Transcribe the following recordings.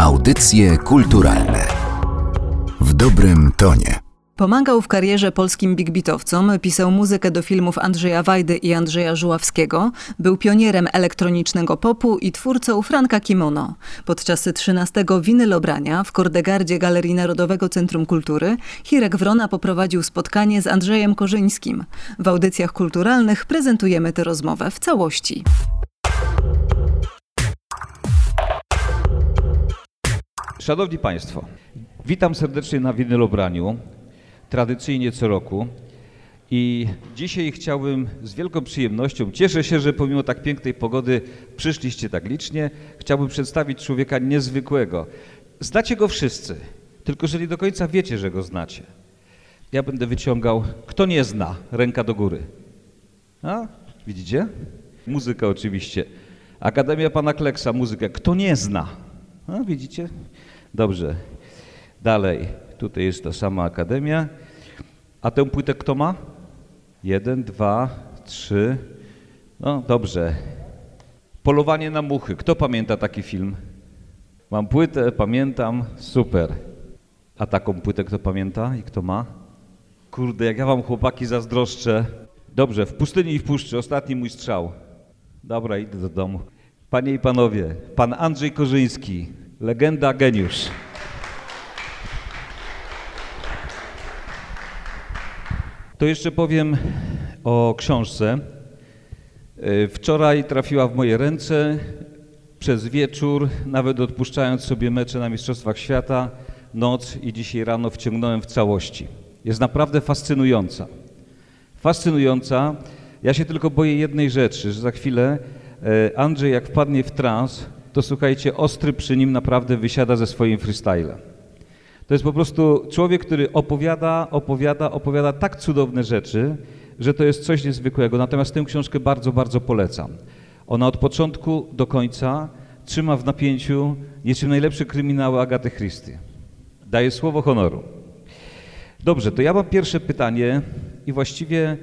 Audycje kulturalne w dobrym tonie. Pomagał w karierze polskim big beatowcom, pisał muzykę do filmów Andrzeja Wajdy i Andrzeja Żuławskiego, był pionierem elektronicznego popu i twórcą Franka Kimono. Podczas 13. winylobrania w Kordegardzie Galerii Narodowego Centrum Kultury Hirek Wrona poprowadził spotkanie z Andrzejem Korzyńskim. W audycjach kulturalnych prezentujemy tę rozmowę w całości. Szanowni Państwo, witam serdecznie na winylobraniu, tradycyjnie co roku. I dzisiaj chciałbym z wielką przyjemnością, cieszę się, że pomimo tak pięknej pogody przyszliście tak licznie, chciałbym przedstawić człowieka niezwykłego. Znacie go wszyscy, tylko że nie do końca wiecie, że go znacie. Ja będę wyciągał, kto nie zna, ręka do góry. A, widzicie? Muzyka oczywiście. Akademia Pana Kleksa, muzykę. Kto nie zna? A, widzicie? Dobrze. Dalej. Tutaj jest ta sama akademia. A tę płytę kto ma? 1, 2, 3. No dobrze. Polowanie na muchy. Kto pamięta taki film? Mam płytę, pamiętam. Super. A taką płytę kto pamięta i kto ma? Kurde, jak ja wam chłopaki zazdroszczę. Dobrze, w pustyni i w puszczy. Ostatni mój strzał. Dobra, idę do domu. Panie i panowie, pan Andrzej Korzyński. Legenda, geniusz. To jeszcze powiem o książce. Wczoraj trafiła w moje ręce przez wieczór, nawet odpuszczając sobie mecze na Mistrzostwach Świata, noc i dzisiaj rano wciągnąłem w całości. Jest naprawdę fascynująca. Fascynująca. Ja się tylko boję jednej rzeczy, że za chwilę Andrzej jak wpadnie w trans, to słuchajcie, Ostry przy nim naprawdę wysiada ze swoim freestylem. To jest po prostu człowiek, który opowiada tak cudowne rzeczy, że to jest coś niezwykłego. Natomiast tę książkę bardzo, bardzo polecam. Ona od początku do końca trzyma w napięciu niczym najlepsze kryminały Agaty Christie. Daję słowo honoru. Dobrze, to ja mam pierwsze pytanie i właściwie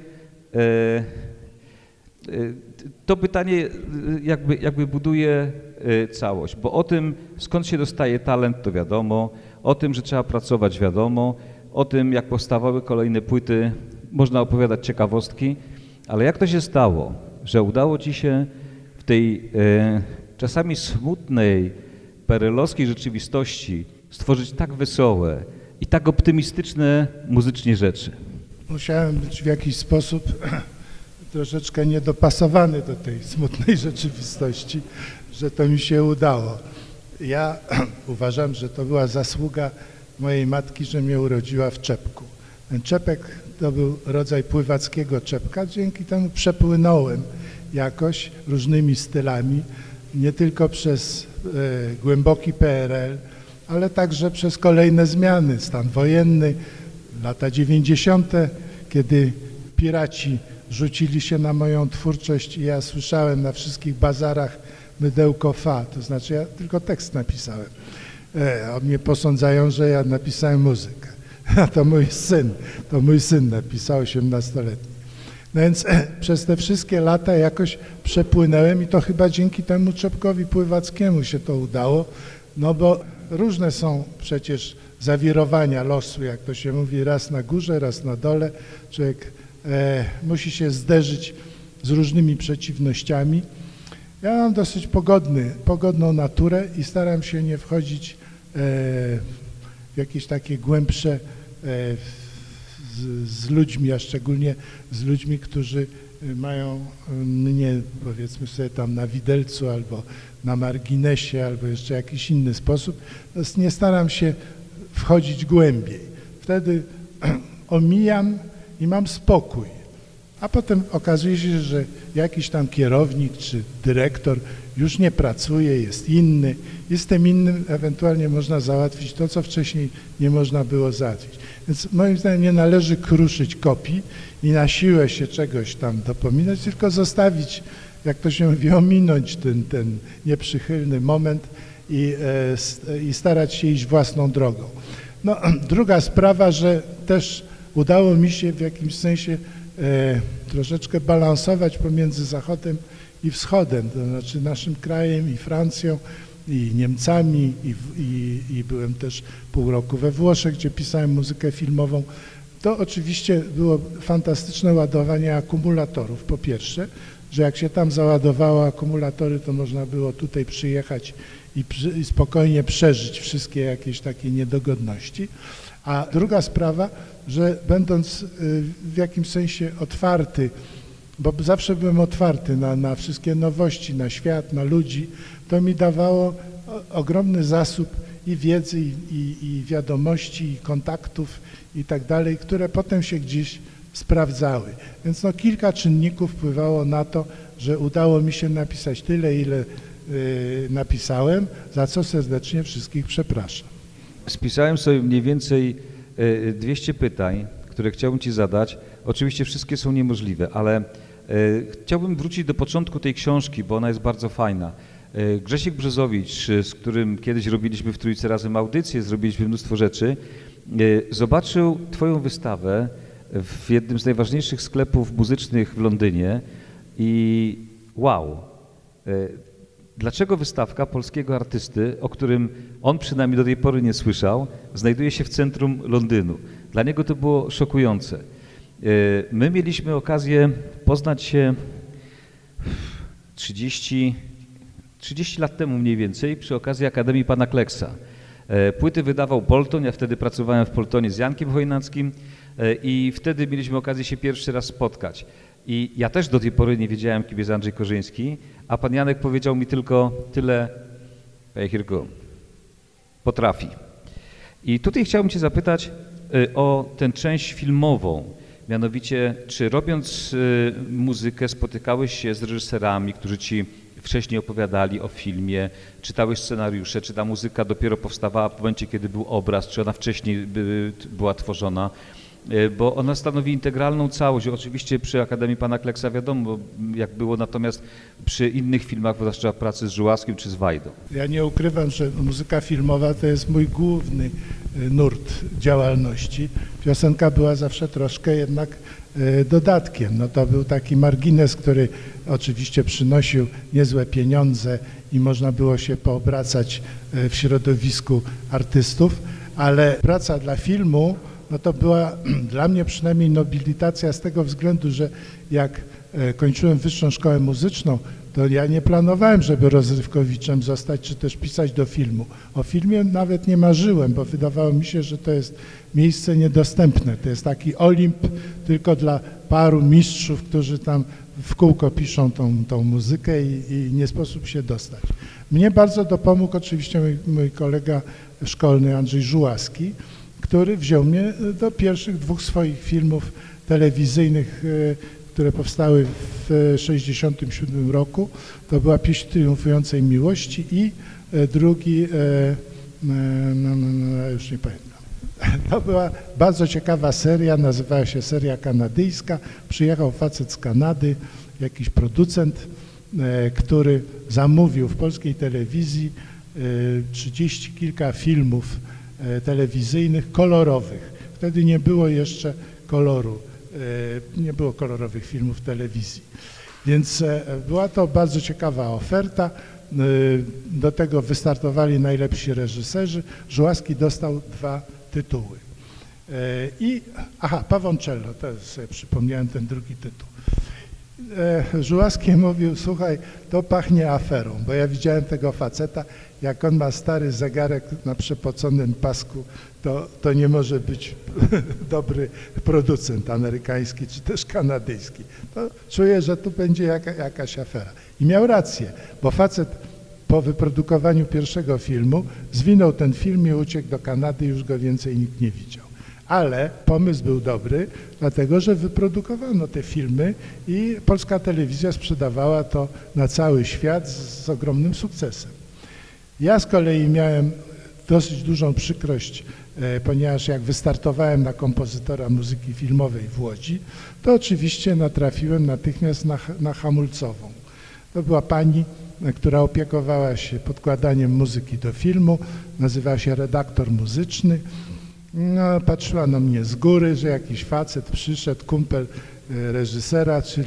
to pytanie jakby buduje całość, bo o tym, skąd się dostaje talent, to wiadomo, o tym, że trzeba pracować, wiadomo, o tym, jak powstawały kolejne płyty, można opowiadać ciekawostki, ale jak to się stało, że udało ci się w tej czasami smutnej, perelowskiej rzeczywistości stworzyć tak wesołe i tak optymistyczne muzycznie rzeczy? Musiałem być w jakiś sposób troszeczkę niedopasowany do tej smutnej rzeczywistości, że to mi się udało. Ja uważam, że to była zasługa mojej matki, że mnie urodziła w czepku. Ten czepek to był rodzaj pływackiego czepka, dzięki temu przepłynąłem jakoś różnymi stylami, nie tylko przez głęboki PRL, ale także przez kolejne zmiany, stan wojenny, lata 90., kiedy piraci rzucili się na moją twórczość i ja słyszałem na wszystkich bazarach mydełko fa, to znaczy ja tylko tekst napisałem. O mnie posądzają, że ja napisałem muzykę. A to mój syn napisał, 18-letni. No więc przez te wszystkie lata jakoś przepłynąłem i to chyba dzięki temu czepkowi pływackiemu się to udało, no bo różne są przecież zawirowania losu, jak to się mówi, raz na górze, raz na dole. Człowiek musi się zderzyć z różnymi przeciwnościami. Ja mam dosyć pogodną naturę i staram się nie wchodzić w jakieś takie głębsze z ludźmi, a szczególnie z ludźmi, którzy mają mnie, powiedzmy sobie, tam na widelcu albo na marginesie, albo jeszcze jakiś inny sposób. Nie staram się wchodzić głębiej. Wtedy omijam i mam spokój. A potem okazuje się, że jakiś tam kierownik czy dyrektor już nie pracuje, jest inny. I z tym innym ewentualnie można załatwić to, co wcześniej nie można było załatwić. Więc moim zdaniem nie należy kruszyć kopii i na siłę się czegoś tam dopominać, tylko zostawić, jak to się mówi, ominąć ten nieprzychylny moment i starać się iść własną drogą. No, druga sprawa, że też udało mi się w jakimś sensie troszeczkę balansować pomiędzy Zachodem i Wschodem, to znaczy naszym krajem i Francją, i Niemcami i byłem też pół roku we Włoszech, gdzie pisałem muzykę filmową. To oczywiście było fantastyczne ładowanie akumulatorów, po pierwsze, że jak się tam załadowało akumulatory, to można było tutaj przyjechać i spokojnie przeżyć wszystkie jakieś takie niedogodności. A druga sprawa, że będąc w jakimś sensie otwarty, bo zawsze byłem otwarty na wszystkie nowości, na świat, na ludzi, to mi dawało ogromny zasób i wiedzy, i wiadomości, i kontaktów i tak dalej, które potem się gdzieś sprawdzały. Więc no, kilka czynników wpływało na to, że udało mi się napisać tyle, ile napisałem, za co serdecznie wszystkich przepraszam. Spisałem sobie mniej więcej 200 pytań, które chciałbym Ci zadać. Oczywiście wszystkie są niemożliwe, ale chciałbym wrócić do początku tej książki, bo ona jest bardzo fajna. Grzesiek Brzozowicz, z którym kiedyś robiliśmy w Trójce razem audycję, zrobiliśmy mnóstwo rzeczy, zobaczył Twoją wystawę w jednym z najważniejszych sklepów muzycznych w Londynie i wow, dlaczego wystawka polskiego artysty, o którym on przynajmniej do tej pory nie słyszał, znajduje się w centrum Londynu? Dla niego to było szokujące. My mieliśmy okazję poznać się 30 lat temu mniej więcej przy okazji Akademii Pana Kleksa. Płyty wydawał Polton, ja wtedy pracowałem w Poltonie z Jankiem Chojnackim i wtedy mieliśmy okazję się pierwszy raz spotkać. I ja też do tej pory nie wiedziałem, kim jest Andrzej Korzyński, a pan Janek powiedział mi tylko tyle, panie Hirku, potrafi. I tutaj chciałbym Cię zapytać o tę część filmową. Mianowicie, czy robiąc muzykę spotykałeś się z reżyserami, którzy Ci wcześniej opowiadali o filmie, czytałeś scenariusze, czy ta muzyka dopiero powstawała w momencie, kiedy był obraz, czy ona wcześniej była tworzona? Bo ona stanowi integralną całość. Oczywiście przy Akademii Pana Kleksa wiadomo, jak było, natomiast przy innych filmach, zwłaszcza pracy z Żuławskim czy z Wajdą. Ja nie ukrywam, że muzyka filmowa to jest mój główny nurt działalności. Piosenka była zawsze troszkę jednak dodatkiem. No to był taki margines, który oczywiście przynosił niezłe pieniądze i można było się poobracać w środowisku artystów, ale praca dla filmu no to była dla mnie przynajmniej nobilitacja z tego względu, że jak kończyłem Wyższą Szkołę Muzyczną, to ja nie planowałem, żeby rozrywkowiczem zostać, czy też pisać do filmu. O filmie nawet nie marzyłem, bo wydawało mi się, że to jest miejsce niedostępne. To jest taki Olimp tylko dla paru mistrzów, którzy tam w kółko piszą tą muzykę i nie sposób się dostać. Mnie bardzo dopomógł oczywiście mój kolega szkolny Andrzej Żuławski, który wziął mnie do pierwszych 2 swoich filmów telewizyjnych, które powstały w 1967 roku. To była Pieśń Triumfującej Miłości i drugi, już nie pamiętam. To była bardzo ciekawa seria, nazywała się seria kanadyjska. Przyjechał facet z Kanady, jakiś producent, który zamówił w polskiej telewizji 30 kilka filmów telewizyjnych, kolorowych. Wtedy nie było jeszcze koloru, nie było kolorowych filmów w telewizji. Więc była to bardzo ciekawa oferta. Do tego wystartowali najlepsi reżyserzy. Żuławski dostał 2 tytuły. Pawoncello, to sobie przypomniałem ten drugi tytuł. Żuławski mówił, słuchaj, to pachnie aferą, bo ja widziałem tego faceta, jak on ma stary zegarek na przepoconym pasku, to nie może być dobry producent amerykański czy też kanadyjski. To czuję, że tu będzie jakaś afera. I miał rację, bo facet po wyprodukowaniu pierwszego filmu zwinął ten film i uciekł do Kanady, już go więcej nikt nie widział. Ale pomysł był dobry, dlatego że wyprodukowano te filmy i polska telewizja sprzedawała to na cały świat z ogromnym sukcesem. Ja z kolei miałem dosyć dużą przykrość, ponieważ jak wystartowałem na kompozytora muzyki filmowej w Łodzi, to oczywiście natrafiłem natychmiast na hamulcową. To była pani, która opiekowała się podkładaniem muzyki do filmu, nazywała się redaktor muzyczny. No, patrzyła na mnie z góry, że jakiś facet przyszedł, kumpel reżysera, czyli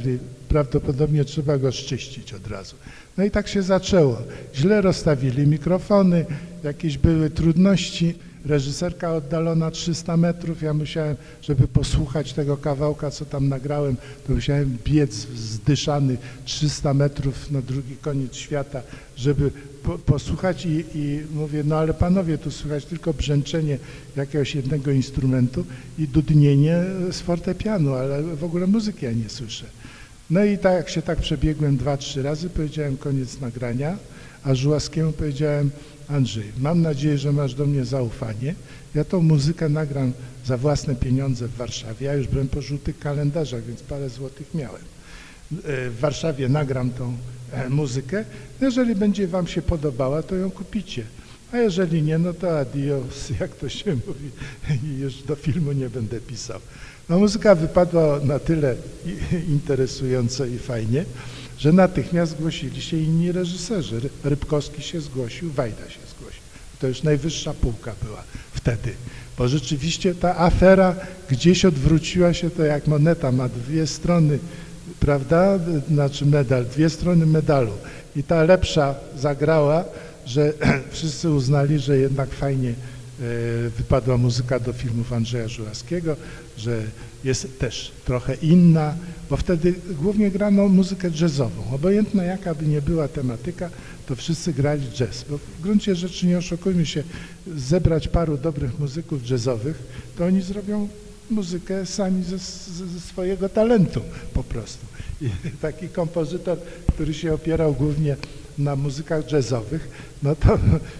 prawdopodobnie trzeba go szczyścić od razu. No i tak się zaczęło. Źle rozstawili mikrofony, jakieś były trudności. Reżyserka oddalona 300 metrów, ja musiałem, żeby posłuchać tego kawałka, co tam nagrałem, to musiałem biec zdyszany 300 metrów na drugi koniec świata, żeby posłuchać i mówię, no ale panowie, tu słychać tylko brzęczenie jakiegoś jednego instrumentu i dudnienie z fortepianu, ale w ogóle muzyki ja nie słyszę. No i tak jak się tak przebiegłem 2-3 razy, powiedziałem koniec nagrania, a Żuławskiemu powiedziałem, Andrzej, mam nadzieję, że masz do mnie zaufanie. Ja tą muzykę nagram za własne pieniądze w Warszawie. Ja już byłem po żółtych kalendarzach, więc parę złotych miałem. W Warszawie nagram tą muzykę. Jeżeli będzie wam się podobała, to ją kupicie. A jeżeli nie, no to adios, jak to się mówi, i już do filmu nie będę pisał. No muzyka wypadła na tyle interesująco i fajnie, że natychmiast zgłosili się inni reżyserzy. Rybkowski się zgłosił, Wajda się zgłosił. To już najwyższa półka była wtedy, bo rzeczywiście ta afera gdzieś odwróciła się, to jak moneta ma dwie strony, prawda, znaczy medal, dwie strony medalu i ta lepsza zagrała, że wszyscy uznali, że jednak fajnie wypadła muzyka do filmów Andrzeja Żuławskiego, że jest też trochę inna, bo wtedy głównie grano muzykę jazzową. Obojętna jaka by nie była tematyka, to wszyscy grali jazz, bo w gruncie rzeczy nie oszukujmy się, zebrać paru dobrych muzyków jazzowych, to oni zrobią muzykę sami ze swojego talentu po prostu. I taki kompozytor, który się opierał głównie na muzykach jazzowych, no to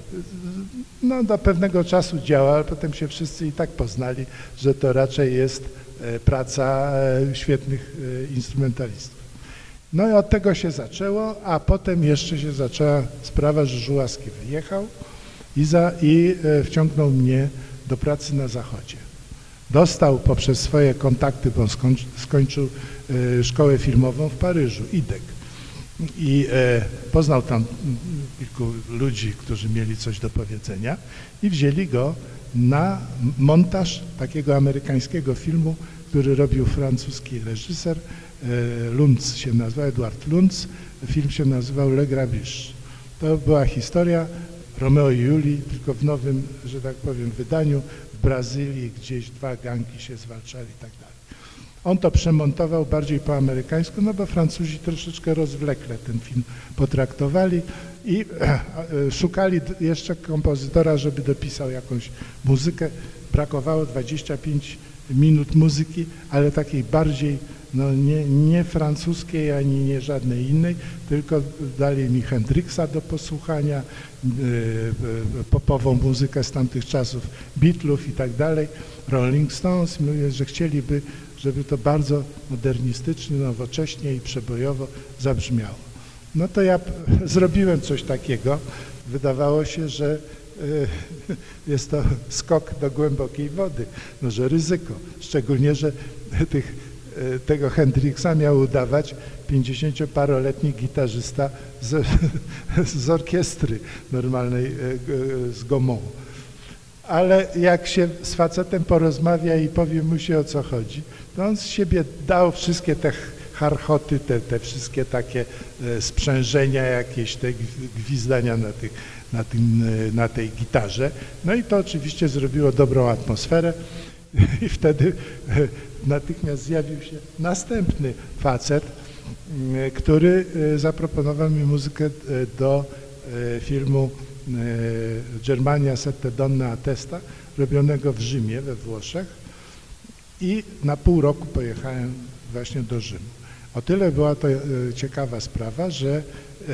do pewnego czasu działa, ale potem się wszyscy i tak poznali, że to raczej jest praca świetnych instrumentalistów. No i od tego się zaczęło, a potem jeszcze się zaczęła sprawa, że Żuławski wyjechał i wciągnął mnie do pracy na Zachodzie. Dostał poprzez swoje kontakty, bo on skończył szkołę filmową w Paryżu, IDEC. I poznał tam kilku ludzi, którzy mieli coś do powiedzenia i wzięli go na montaż takiego amerykańskiego filmu, który robił francuski reżyser, Luntz się nazywał, Edward Luntz. Film się nazywał Le Grabuge. To była historia Romeo i Julii, tylko w nowym, że tak powiem, wydaniu w Brazylii, gdzieś dwa gangi się zwalczali i tak dalej. On to przemontował bardziej po amerykańsku, no bo Francuzi troszeczkę rozwlekle ten film potraktowali i szukali jeszcze kompozytora, żeby dopisał jakąś muzykę. Brakowało 25 minut muzyki, ale takiej bardziej nie francuskiej, ani nie żadnej innej, tylko dali mi Hendrixa do posłuchania, popową muzykę z tamtych czasów, Beatlesów i tak dalej, Rolling Stones, mówię, że chcieliby, żeby to bardzo modernistycznie, nowocześnie i przebojowo zabrzmiało. No to ja zrobiłem coś takiego. Wydawało się, że jest to skok do głębokiej wody, że ryzyko, szczególnie, że tego Hendrixa miał udawać 50-paroletni gitarzysta z orkiestry normalnej, z Gaumont. Ale jak się z facetem porozmawia i powie mu się, o co chodzi, to on z siebie dał wszystkie te harchoty, te wszystkie takie sprzężenia, jakieś te gwizdania na tej gitarze. No i to oczywiście zrobiło dobrą atmosferę i wtedy natychmiast zjawił się następny facet, który zaproponował mi muzykę do filmu Germania Sette Donne a Testa, robionego w Rzymie, we Włoszech, i na pół roku pojechałem właśnie do Rzymu. O tyle była to ciekawa sprawa, że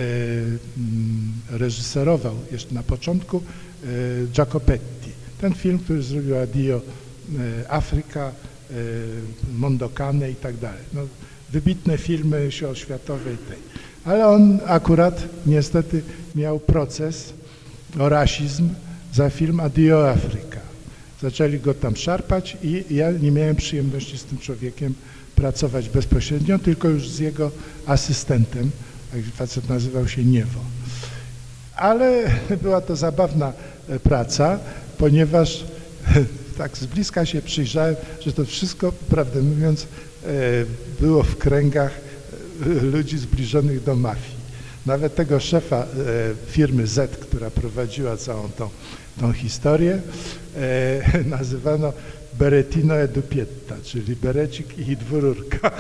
reżyserował jeszcze na początku Jacopetti. Ten film, który zrobił Addio Africa, Mondokane i tak dalej. No, wybitne filmy o światowej tej. Ale on akurat niestety miał proces o rasizm za film Addio Africa. Zaczęli go tam szarpać i ja nie miałem przyjemności z tym człowiekiem pracować bezpośrednio, tylko już z jego asystentem. Facet nazywał się Niewo. Ale była to zabawna praca, ponieważ tak z bliska się przyjrzałem, że to wszystko, prawdę mówiąc, było w kręgach ludzi zbliżonych do mafii. Nawet tego szefa firmy Z, która prowadziła całą tą historię, nazywano Berettino e Dupietta, czyli berecik i dwururka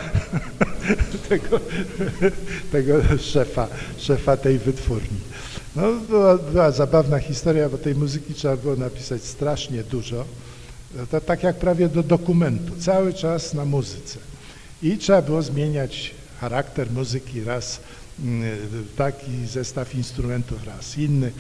tego szefa tej wytwórni. No, była zabawna historia, bo tej muzyki trzeba było napisać strasznie dużo. To tak jak prawie do dokumentu, cały czas na muzyce. I trzeba było zmieniać charakter muzyki, raz taki zestaw instrumentów, raz inny.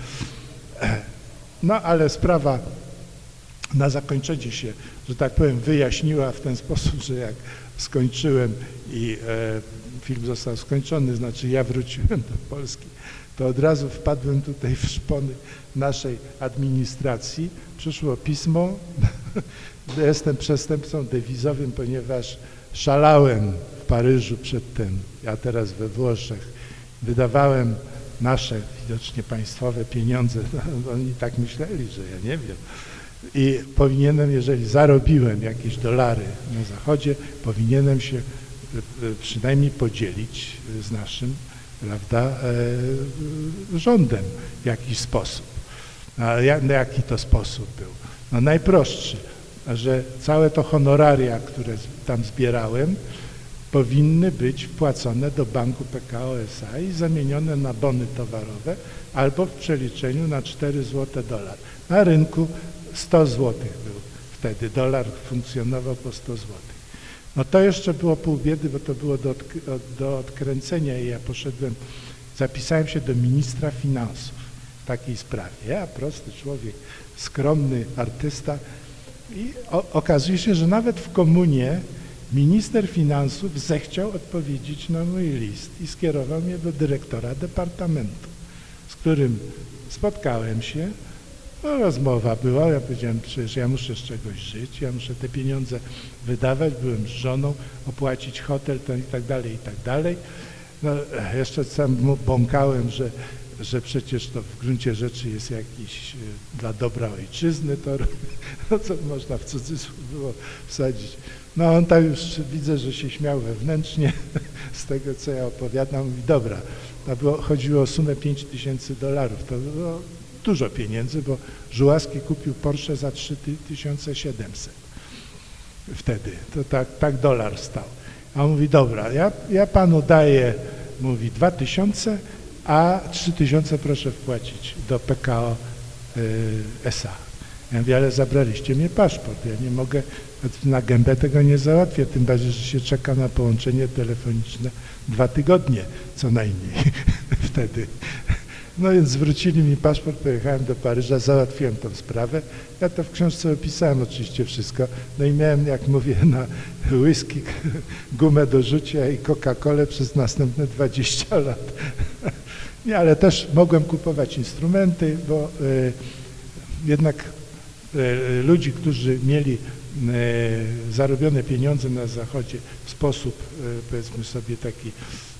No ale sprawa na zakończenie się, że tak powiem, wyjaśniła w ten sposób, że jak skończyłem i film został skończony, znaczy ja wróciłem do Polski, to od razu wpadłem tutaj w szpony naszej administracji. Przyszło pismo, jestem przestępcą dewizowym, ponieważ szalałem w Paryżu przedtem, a teraz we Włoszech. Wydawałem nasze, widocznie państwowe pieniądze, oni tak myśleli, że ja nie wiem. I powinienem, jeżeli zarobiłem jakieś dolary na Zachodzie, powinienem się przynajmniej podzielić z naszym, prawda, rządem w jakiś sposób. A jaki to sposób był? No najprostszy, że całe to honoraria, które tam zbierałem, powinny być wpłacone do banku PKO SA i zamienione na bony towarowe albo w przeliczeniu na 4 zł dolar. Na rynku 100 zł był wtedy, dolar funkcjonował po 100 zł. No to jeszcze było pół biedy, bo to było do odkręcenia i ja poszedłem, zapisałem się do ministra finansów w takiej sprawie. Ja, prosty człowiek, skromny artysta i okazuje się, że nawet w komunie minister finansów zechciał odpowiedzieć na mój list i skierował mnie do dyrektora departamentu, z którym spotkałem się. No, rozmowa była, ja powiedziałem, przecież ja muszę z czegoś żyć, ja muszę te pieniądze wydawać, byłem z żoną, opłacić hotel to i tak dalej, i tak dalej. No, jeszcze sam bąkałem, że przecież to w gruncie rzeczy jest jakiś dla dobra ojczyzny, to no, co można w cudzysłów było wsadzić. No on tak już widzę, że się śmiał wewnętrznie z tego, co ja opowiadam. Mówi, dobra, chodziło o sumę $5000, to było dużo pieniędzy, bo Żuławski kupił Porsche za 3700 wtedy, to tak dolar stał. A on mówi, dobra, ja panu daję, mówi 2000, a 3000 proszę wpłacić do PKO SA. Ja mówię, ale zabraliście mnie paszport, ja nie mogę, na gębę tego nie załatwię, tym bardziej, że się czeka na połączenie telefoniczne 2 tygodnie co najmniej wtedy. No więc zwrócili mi paszport, pojechałem do Paryża, załatwiłem tą sprawę. Ja to w książce opisałem oczywiście wszystko. No i miałem, jak mówię, na whisky, gumę do rzucia i Coca-Colę przez następne 20 lat. Nie, ale też mogłem kupować instrumenty, bo jednak ludzi, którzy mieli zarobione pieniądze na Zachodzie w sposób, powiedzmy sobie, taki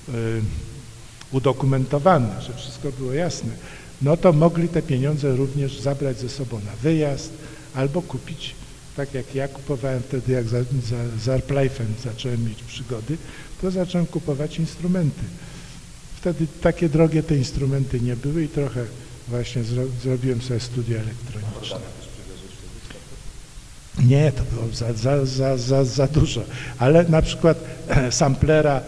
udokumentowany, że wszystko było jasne, no to mogli te pieniądze również zabrać ze sobą na wyjazd albo kupić, tak jak ja kupowałem wtedy, jak z Arplife'em zacząłem mieć przygody, to zacząłem kupować instrumenty. Wtedy takie drogie te instrumenty nie były i trochę właśnie zrobiłem sobie studia elektroniczne. Nie, to było za dużo, ale na przykład samplera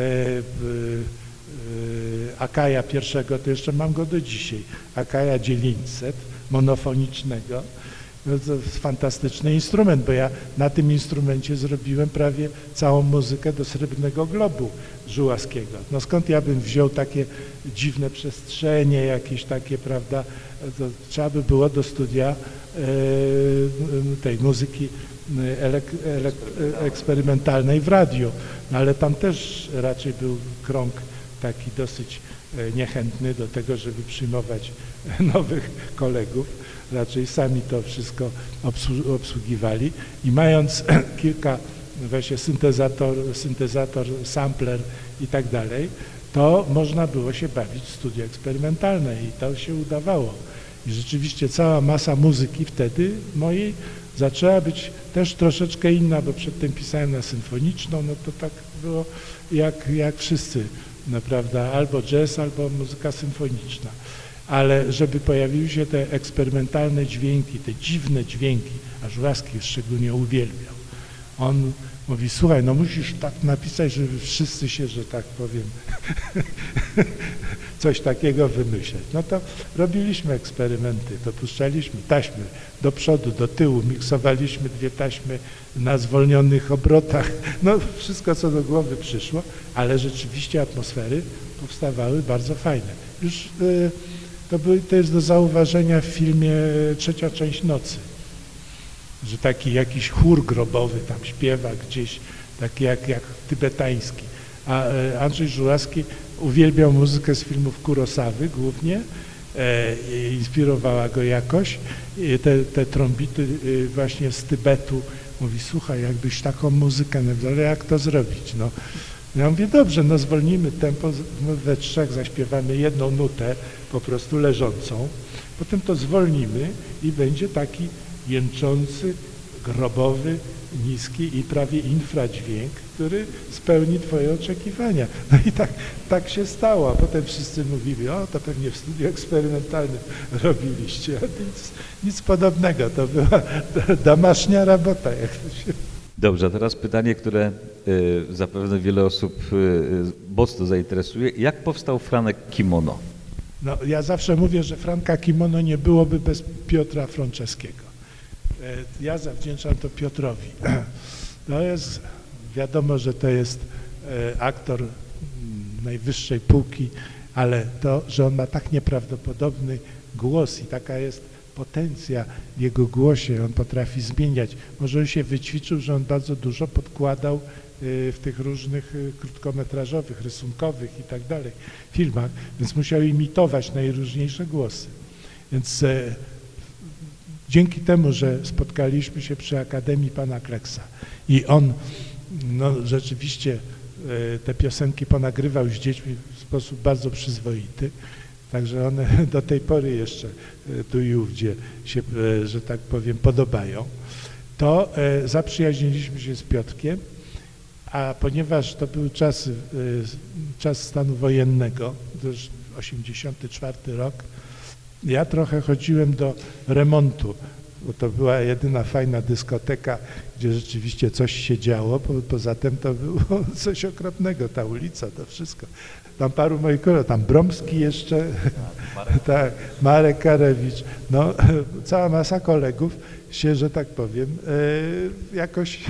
Akaja pierwszego, to jeszcze mam go do dzisiaj, Akaja 900, monofonicznego. To jest fantastyczny instrument, bo ja na tym instrumencie zrobiłem prawie całą muzykę do Srebrnego Globu Żuławskiego. No skąd ja bym wziął takie dziwne przestrzenie, jakieś takie, prawda, to trzeba by było do studia tej muzyki eksperymentalnej w radiu, no, ale tam też raczej był krąg taki dosyć niechętny do tego, żeby przyjmować nowych kolegów. Raczej sami to wszystko obsługiwali i mając kilka, właśnie syntezator, sampler i tak dalej, to można było się bawić w studia eksperymentalne i to się udawało. I rzeczywiście cała masa muzyki wtedy mojej zaczęła być też troszeczkę inna, bo przedtem pisałem na symfoniczną, no to tak było jak wszyscy, no, prawda, albo jazz, albo muzyka symfoniczna. Ale żeby pojawiły się te eksperymentalne dźwięki, te dziwne dźwięki, a Żuławski szczególnie uwielbiał. On mówi, słuchaj, no musisz tak napisać, żeby wszyscy się, że tak powiem, coś takiego wymyśleć. No to robiliśmy eksperymenty, dopuszczaliśmy taśmy do przodu, do tyłu, miksowaliśmy 2 taśmy na zwolnionych obrotach, no wszystko co do głowy przyszło, ale rzeczywiście atmosfery powstawały bardzo fajne. Już to jest do zauważenia w filmie Trzecia część nocy, że taki jakiś chór grobowy tam śpiewa gdzieś, taki jak tybetański. A Andrzej Żuławski uwielbiał muzykę z filmów Kurosawy głównie, inspirowała go jakoś. Te trąbity właśnie z Tybetu. Mówi, słuchaj, jakbyś taką muzykę, ale jak to zrobić? No. Ja mówię, dobrze, no zwolnimy tempo, my we 3 zaśpiewamy 1 nutę, po prostu leżącą, potem to zwolnimy i będzie taki jęczący, grobowy, niski i prawie infradźwięk, który spełni twoje oczekiwania. No i tak się stało, a potem wszyscy mówili, o to pewnie w studiu eksperymentalnym robiliście, a nic podobnego, to była domasznia robota. Jak to się... Dobrze, a teraz pytanie, które zapewne wiele osób mocno zainteresuje. Jak powstał Franek Kimono? No, ja zawsze mówię, że Franka Kimono nie byłoby bez Piotra Franceskiego. Ja zawdzięczam to Piotrowi. To jest, wiadomo, że to jest aktor najwyższej półki, ale to, że on ma tak nieprawdopodobny głos i taka jest potencja w jego głosie, on potrafi zmieniać. Może on się wyćwiczył, że on bardzo dużo podkładał w tych różnych krótkometrażowych, rysunkowych i tak dalej filmach, więc musiał imitować najróżniejsze głosy. Więc dzięki temu, że spotkaliśmy się przy Akademii pana Kleksa i on no, rzeczywiście te piosenki ponagrywał z dziećmi w sposób bardzo przyzwoity, także one do tej pory jeszcze tu i ówdzie się, że tak powiem, podobają, to zaprzyjaźniliśmy się z Piotrkiem, a ponieważ to był czas stanu wojennego, to już 84 rok, ja trochę chodziłem do remontu, bo to była jedyna fajna dyskoteka, gdzie rzeczywiście coś się działo, poza tym to było coś okropnego, ta ulica, to wszystko. Tam paru moich kolegów, tam Bromski jeszcze, tak, Marek Karewicz, no cała masa kolegów się, że tak powiem, jakoś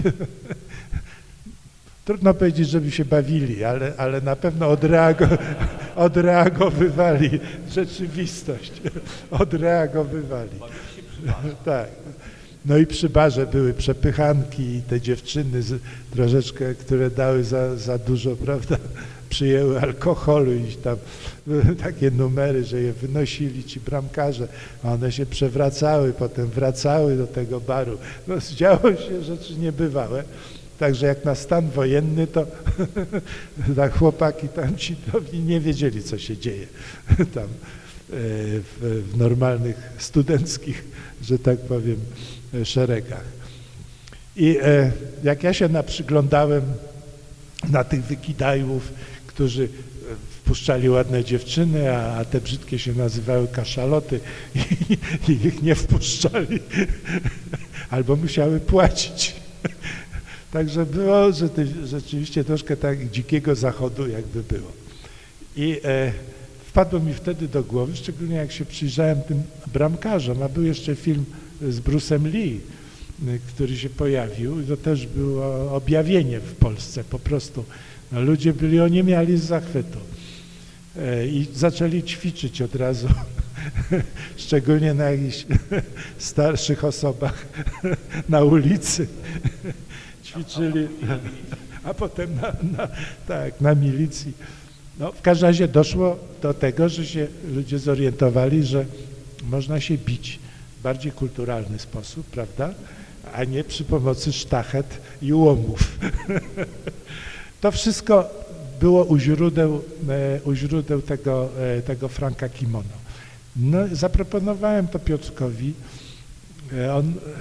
trudno powiedzieć, żeby się bawili, ale na pewno odreagowywali rzeczywistość, odreagowywali. Tak. No i przy barze były przepychanki i te dziewczyny troszeczkę, które dały za dużo, prawda, przyjęły alkoholu i tam takie numery, że je wynosili ci bramkarze, a one się przewracały, potem wracały do tego baru. No działo się rzeczy niebywałe. Także jak na stan wojenny, to tak chłopaki tam ci nie wiedzieli, co się dzieje tam w normalnych studenckich, że tak powiem, szeregach. I jak ja się przyglądałem na tych wykidajłów, którzy wpuszczali ładne dziewczyny, a te brzydkie się nazywały kaszaloty i ich nie wpuszczali, albo musiały płacić. Także było, że rzeczywiście troszkę tak dzikiego zachodu jakby było. I wpadło mi wtedy do głowy, szczególnie jak się przyjrzałem tym bramkarzom, a był jeszcze film z Bruce'em Lee, który się pojawił i to też było objawienie w Polsce po prostu. No, ludzie byli oniemiali z zachwytu i zaczęli ćwiczyć od razu, szczególnie na jakichś starszych osobach na ulicy. Ćwiczyli, a potem na milicji. No, w każdym razie doszło do tego, że się ludzie zorientowali, że można się bić w bardziej kulturalny sposób, prawda, a nie przy pomocy sztachet i łomów. To wszystko było u źródeł tego Franka Kimono. No, zaproponowałem to Piotrkowi, on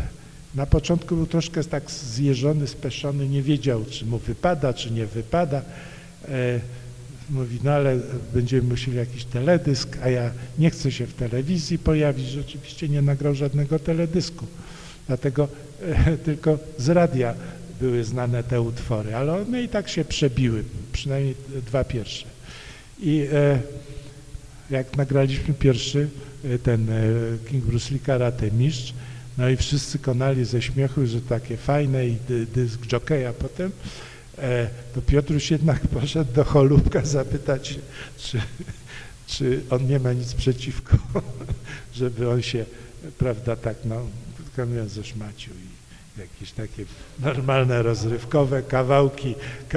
Na początku był troszkę tak zjeżony, speszony, nie wiedział, czy mu wypada, czy nie wypada. Mówi, no ale będziemy musieli jakiś teledysk, a ja nie chcę się w telewizji pojawić. Rzeczywiście nie nagrał żadnego teledysku, dlatego tylko z radia były znane te utwory, ale one i tak się przebiły, przynajmniej 2 pierwsze. I jak nagraliśmy pierwszy, ten King Bruce Lee Karate Mistrz, no i wszyscy konali ze śmiechu, że takie fajne i dysk jockeya potem, to Piotruś jednak poszedł do Holubka zapytać się, czy on nie ma nic przeciwko, żeby on się, prawda, tak, no, krótko mówiąc, zeszmacił i jakieś takie normalne, rozrywkowe kawałki,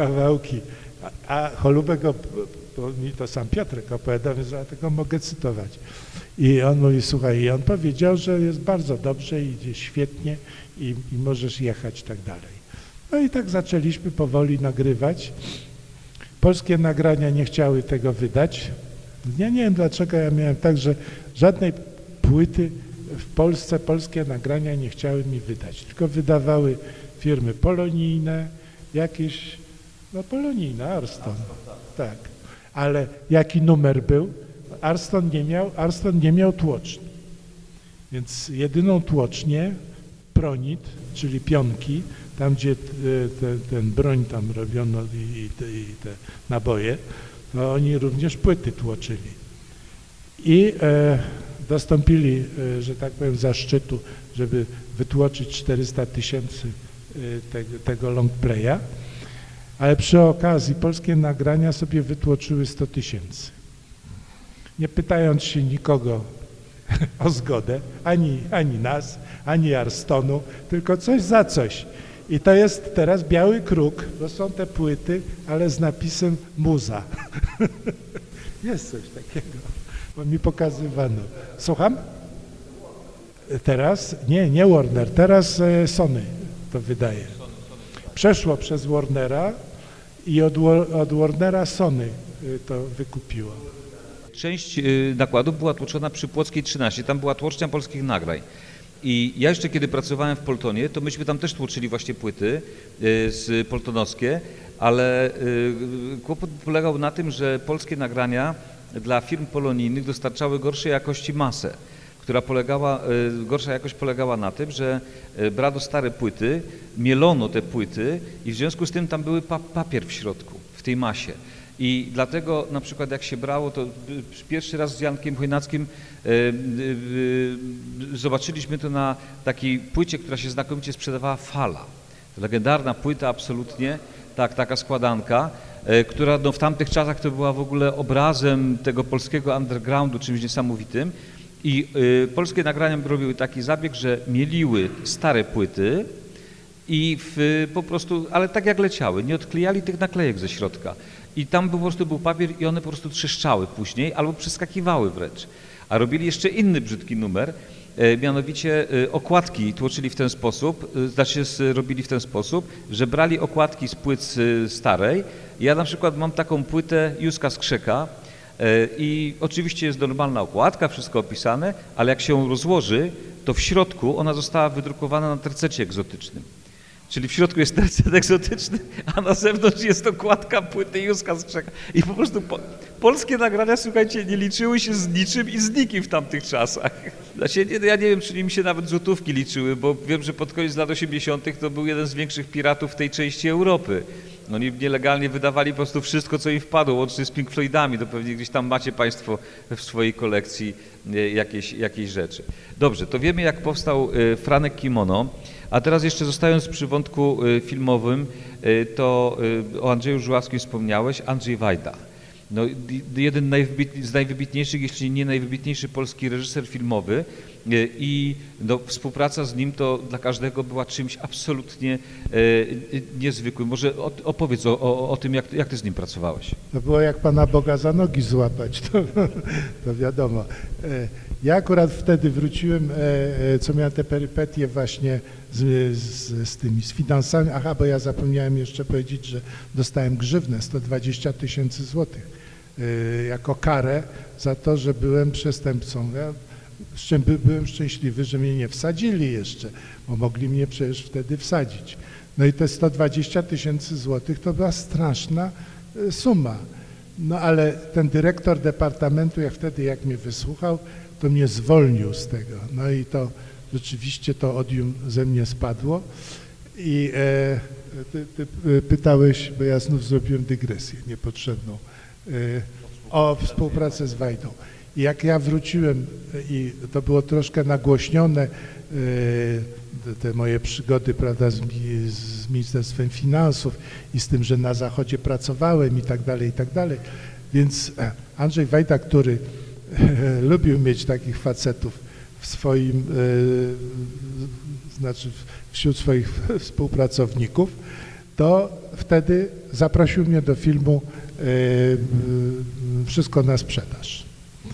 a Holubek, bo mi to sam Piotrek opowiadał, więc dlatego mogę cytować. I on mówi, słuchaj, i on powiedział, że jest bardzo dobrze, idzie świetnie i możesz jechać i tak dalej. No i tak zaczęliśmy powoli nagrywać. Polskie nagrania nie chciały tego wydać. Ja nie wiem dlaczego, ja miałem tak, że żadnej płyty w Polsce polskie nagrania nie chciały mi wydać, tylko wydawały firmy polonijne, jakieś, no polonijne, Arston, tak. Ale jaki numer był? Arston nie miał tłoczni, więc jedyną tłocznię, pronit, czyli pionki, tam gdzie ten broń tam robiono i te naboje, to oni również płyty tłoczyli. I dostąpili, że tak powiem, zaszczytu, żeby wytłoczyć 400 000 tego long playa, ale przy okazji polskie nagrania sobie wytłoczyły 100 000. Nie pytając się nikogo o zgodę, ani nas, ani Arstonu, tylko coś za coś. I to jest teraz Biały Kruk, to są te płyty, ale z napisem Muza. Jest coś takiego, bo mi pokazywano. Słucham? Teraz? Nie Warner, teraz Sony to wydaje. Przeszło przez Warnera i od Warnera Sony to wykupiło. Część nakładów była tłoczona przy Płockiej 13, tam była tłocznia polskich nagrań. I ja jeszcze kiedy pracowałem w Poltonie, to myśmy tam też tłoczyli właśnie płyty poltonowskie, ale kłopot polegał na tym, że polskie nagrania dla firm polonijnych dostarczały gorszej jakości masę, gorsza jakość polegała na tym, że brano stare płyty, mielono te płyty i w związku z tym tam były papier w środku, w tej masie. I dlatego na przykład jak się brało, to pierwszy raz z Jankiem Chojnackim zobaczyliśmy to na takiej płycie, która się znakomicie sprzedawała, Fala. To legendarna płyta absolutnie, tak, taka składanka, która no, w tamtych czasach to była w ogóle obrazem tego polskiego undergroundu, czymś niesamowitym. I polskie nagrania robiły taki zabieg, że mieliły stare płyty i po prostu, ale tak jak leciały, nie odklejali tych naklejek ze środka. I tam po prostu był papier i one po prostu trzeszczały później albo przeskakiwały wręcz. A robili jeszcze inny brzydki numer, mianowicie okładki tłoczyli w ten sposób, robili w ten sposób, że brali okładki z płyt starej. Ja na przykład mam taką płytę Józka Skrzeka i oczywiście jest normalna okładka, wszystko opisane, ale jak się ją rozłoży, to w środku ona została wydrukowana na tercecie egzotycznym. Czyli w środku jest tercet egzotyczny, a na zewnątrz jest okładka płyty Józka Skrzeka. I po prostu polskie nagrania, słuchajcie, nie liczyły się z niczym i z nikim w tamtych czasach. Znaczy, ja nie wiem, czy im się nawet złotówki liczyły, bo wiem, że pod koniec lat 80. to był jeden z większych piratów w tej części Europy. Oni nielegalnie wydawali po prostu wszystko, co im wpadło, łącznie z Pink Floydami. To pewnie gdzieś tam macie Państwo w swojej kolekcji jakieś rzeczy. Dobrze, to wiemy, jak powstał Franek Kimono. A teraz jeszcze zostając przy wątku filmowym, to o Andrzeju Żuławskim wspomniałeś, Andrzej Wajda. No, jeden z najwybitniejszych, jeśli nie najwybitniejszy polski reżyser filmowy i no, współpraca z nim to dla każdego była czymś absolutnie niezwykłym. Może opowiedz o tym, jak ty z nim pracowałeś. To było jak Pana Boga za nogi złapać, to wiadomo. Ja akurat wtedy wróciłem, co miałem te perypetie właśnie z tymi, z finansami. Aha, bo ja zapomniałem jeszcze powiedzieć, że dostałem grzywnę 120 000 złotych jako karę za to, że byłem przestępcą. Ja byłem szczęśliwy, że mnie nie wsadzili jeszcze, bo mogli mnie przecież wtedy wsadzić. No i te 120 000 złotych to była straszna suma. No ale ten dyrektor departamentu, jak mnie wysłuchał, to mnie zwolnił z tego. No i to rzeczywiście to odium ze mnie spadło. I ty pytałeś, bo ja znów zrobiłem dygresję niepotrzebną, o współpracę z Wajdą. I jak ja wróciłem i to było troszkę nagłośnione, te moje przygody, prawda, z Ministerstwem Finansów i z tym, że na Zachodzie pracowałem i tak dalej, więc Andrzej Wajda, który lubił mieć takich facetów w swoim, znaczy wśród swoich współpracowników, to wtedy zaprosił mnie do filmu Wszystko na sprzedaż.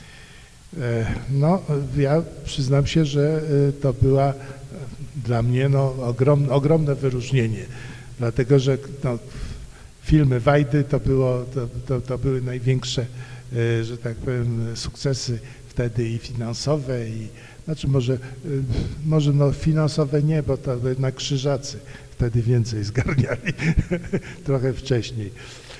No, ja przyznam się, że to była dla mnie ogromne wyróżnienie, dlatego że filmy Wajdy to były największe, że tak powiem, sukcesy wtedy i finansowe, i znaczy może finansowe nie, bo to jednak Krzyżacy wtedy więcej zgarniali, trochę wcześniej.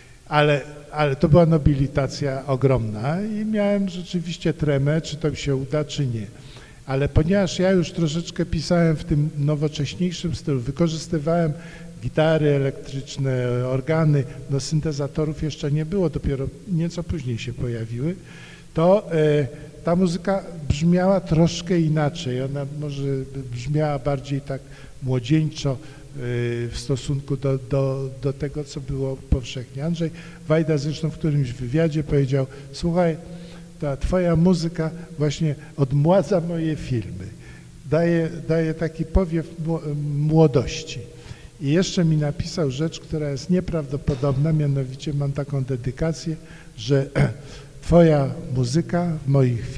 Ale to była nobilitacja ogromna i miałem rzeczywiście tremę, czy to mi się uda, czy nie. Ale ponieważ ja już troszeczkę pisałem w tym nowocześniejszym stylu, wykorzystywałem gitary elektryczne, organy, no syntezatorów jeszcze nie było, dopiero nieco później się pojawiły, to ta muzyka brzmiała troszkę inaczej. Ona może brzmiała bardziej tak młodzieńczo, w stosunku do tego, co było powszechnie. Andrzej Wajda zresztą w którymś wywiadzie powiedział: słuchaj, ta twoja muzyka właśnie odmładza moje filmy, daje taki powiew młodości. I jeszcze mi napisał rzecz, która jest nieprawdopodobna, mianowicie mam taką dedykację, że twoja muzyka w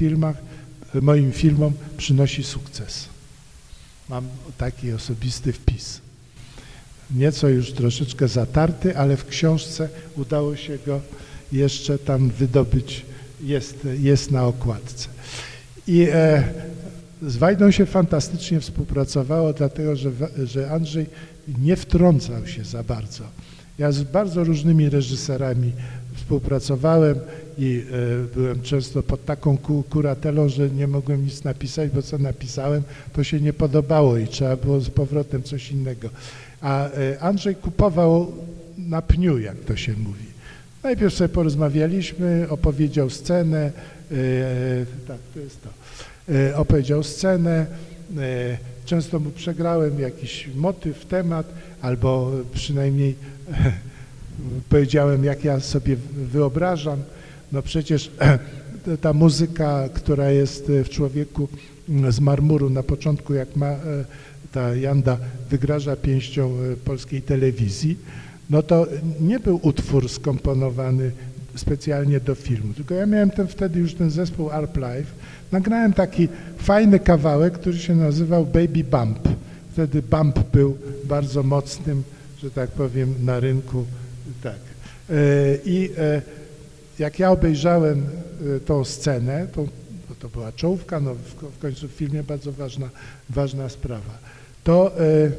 moim filmom przynosi sukces. Mam taki osobisty wpis. Nieco już troszeczkę zatarty, ale w książce udało się go jeszcze tam wydobyć, jest na okładce. I z Wajdą się fantastycznie współpracowało, dlatego że Andrzej nie wtrącał się za bardzo. Ja z bardzo różnymi reżyserami współpracowałem i byłem często pod taką kuratelą, że nie mogłem nic napisać, bo co napisałem, to się nie podobało i trzeba było z powrotem coś innego. A Andrzej kupował na pniu, jak to się mówi. Najpierw sobie porozmawialiśmy, opowiedział scenę, tak, to jest to, opowiedział scenę, często mu przegrałem jakiś motyw, temat, albo przynajmniej powiedziałem, jak ja sobie wyobrażam. No przecież ta muzyka, która jest w Człowieku z marmuru na początku, jak ma ta Janda wygraża pięścią polskiej telewizji, no to nie był utwór skomponowany specjalnie do filmu, tylko ja miałem wtedy już ten zespół Arp Live, nagrałem taki fajny kawałek, który się nazywał Baby Bump. Wtedy bump był bardzo mocnym, że tak powiem, na rynku. Tak. I jak ja obejrzałem tą scenę, to była czołówka, no w końcu w filmie bardzo ważna sprawa, to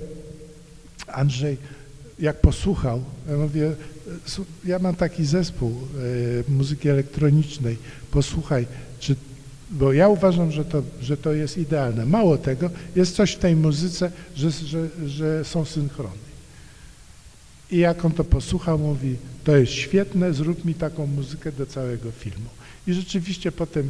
Andrzej, jak posłuchał, ja mówię, ja mam taki zespół muzyki elektronicznej, posłuchaj, bo ja uważam, że to jest idealne. Mało tego, jest coś w tej muzyce, że są synchrony. I jak on to posłuchał, mówi, to jest świetne, zrób mi taką muzykę do całego filmu. I rzeczywiście potem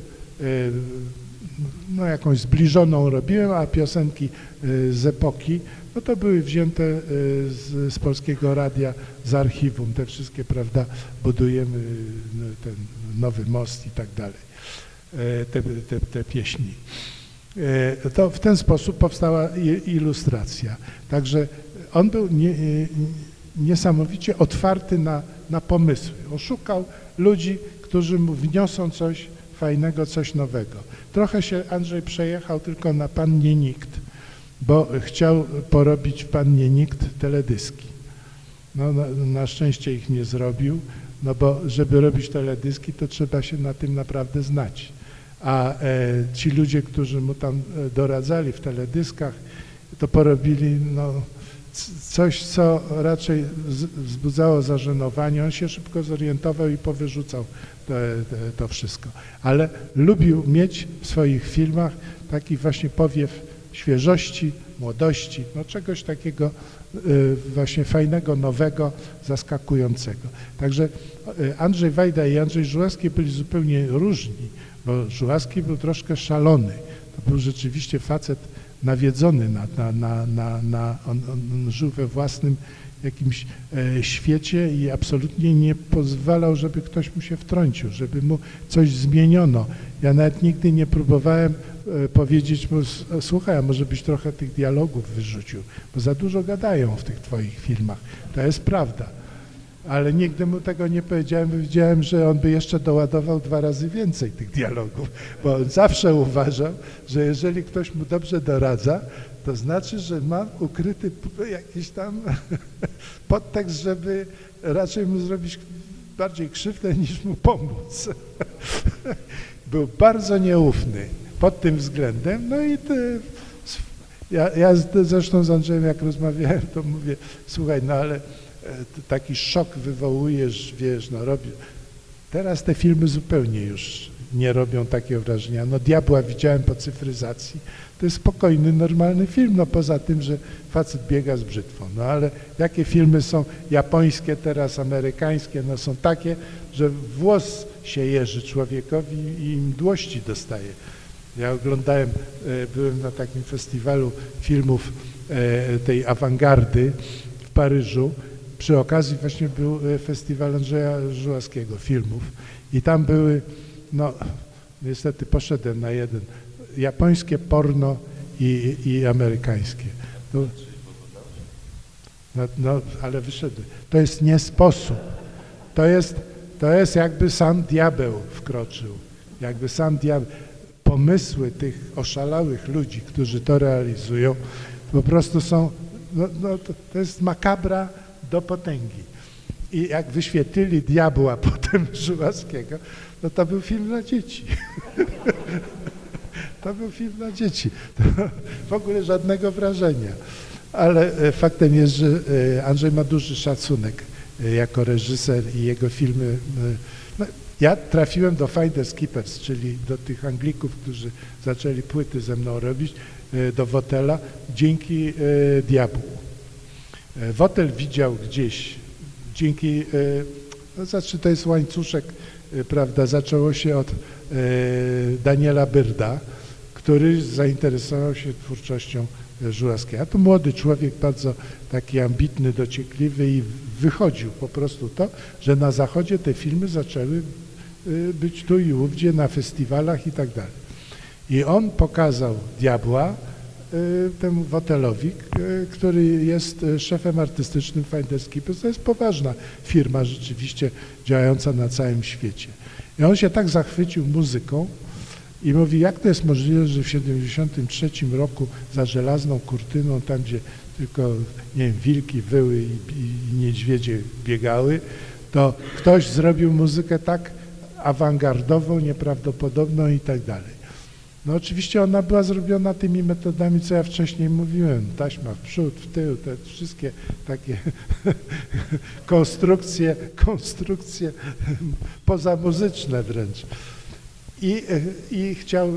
no jakąś zbliżoną robiłem, a piosenki z epoki, no to były wzięte z Polskiego Radia, z archiwum, te wszystkie, prawda, budujemy ten Nowy Most i tak dalej, te pieśni. To w ten sposób powstała ilustracja. Także on był niesamowicie otwarty na pomysły. On szukał ludzi, którzy mu wniosą coś fajnego, coś nowego. Trochę się Andrzej przejechał tylko na Pannie Nikt, bo chciał porobić w Pannie Nikt teledyski. No, na szczęście ich nie zrobił, no bo żeby robić teledyski, to trzeba się na tym naprawdę znać. a ci ludzie, którzy mu tam doradzali w teledyskach, to porobili coś, co raczej wzbudzało zażenowanie. On się szybko zorientował i powyrzucał to wszystko. Ale lubił mieć w swoich filmach taki właśnie powiew świeżości, młodości, czegoś takiego właśnie fajnego, nowego, zaskakującego. Także Andrzej Wajda i Andrzej Żuławski byli zupełnie różni, bo Żuławski był troszkę szalony. To był rzeczywiście facet nawiedzony, on żył we własnym jakimś świecie i absolutnie nie pozwalał, żeby ktoś mu się wtrącił, żeby mu coś zmieniono. Ja nawet nigdy nie próbowałem powiedzieć mu, słuchaj, a może byś trochę tych dialogów wyrzucił, bo za dużo gadają w tych twoich filmach. To jest prawda. Ale nigdy mu tego nie powiedziałem, bo wiedziałem, że on by jeszcze doładował 2 razy więcej tych dialogów, bo on zawsze uważał, że jeżeli ktoś mu dobrze doradza, to znaczy, że ma ukryty jakiś tam podtekst, żeby raczej mu zrobić bardziej krzywdę niż mu pomóc. Był bardzo nieufny pod tym względem, ja zresztą z Andrzejem jak rozmawiałem, to mówię, słuchaj, ale taki szok wywołujesz, wiesz, robię. Teraz te filmy zupełnie już nie robią takiego wrażenia. Diabła widziałem po cyfryzacji, to jest spokojny, normalny film, poza tym, że facet biega z brzytwą. Ale jakie filmy są japońskie teraz, amerykańskie, są takie, że włos się jeży człowiekowi i mdłości dostaje. Ja oglądałem, byłem na takim festiwalu filmów tej awangardy w Paryżu. Przy okazji właśnie był festiwal Andrzeja Żuławskiego, filmów i tam były, niestety poszedłem na jeden, japońskie porno i amerykańskie. Ale wyszedłem. To jest nie sposób. To jest jakby sam diabeł wkroczył. Jakby sam diabeł. Pomysły tych oszalałych ludzi, którzy to realizują, po prostu są, to jest makabra do potęgi. I jak wyświetlili diabła potem Żuławskiego, to był film dla dzieci. To był film dla dzieci. To w ogóle żadnego wrażenia. Ale faktem jest, że Andrzej ma duży szacunek jako reżyser i jego filmy. Ja trafiłem do Finders Keepers, czyli do tych Anglików, którzy zaczęli płyty ze mną robić, do Wotela, dzięki diabłu. Wotel widział gdzieś, dzięki, to jest łańcuszek, prawda, zaczęło się od Daniela Byrda, który zainteresował się twórczością Żuławskiego. A to młody człowiek, bardzo taki ambitny, dociekliwy i wychodził po prostu to, że na Zachodzie te filmy zaczęły być tu i ówdzie, na festiwalach i tak dalej. I on pokazał diabła temu Wotelowi, który jest szefem artystycznym Finders Keepers. To jest poważna firma rzeczywiście działająca na całym świecie. I on się tak zachwycił muzyką i mówi, jak to jest możliwe, że w 1973 roku za żelazną kurtyną, tam gdzie tylko, nie wiem, wilki wyły i niedźwiedzie biegały, to ktoś zrobił muzykę tak awangardową, nieprawdopodobną i tak dalej. Oczywiście ona była zrobiona tymi metodami, co ja wcześniej mówiłem, taśma w przód, w tył, te wszystkie takie konstrukcje pozamuzyczne wręcz. I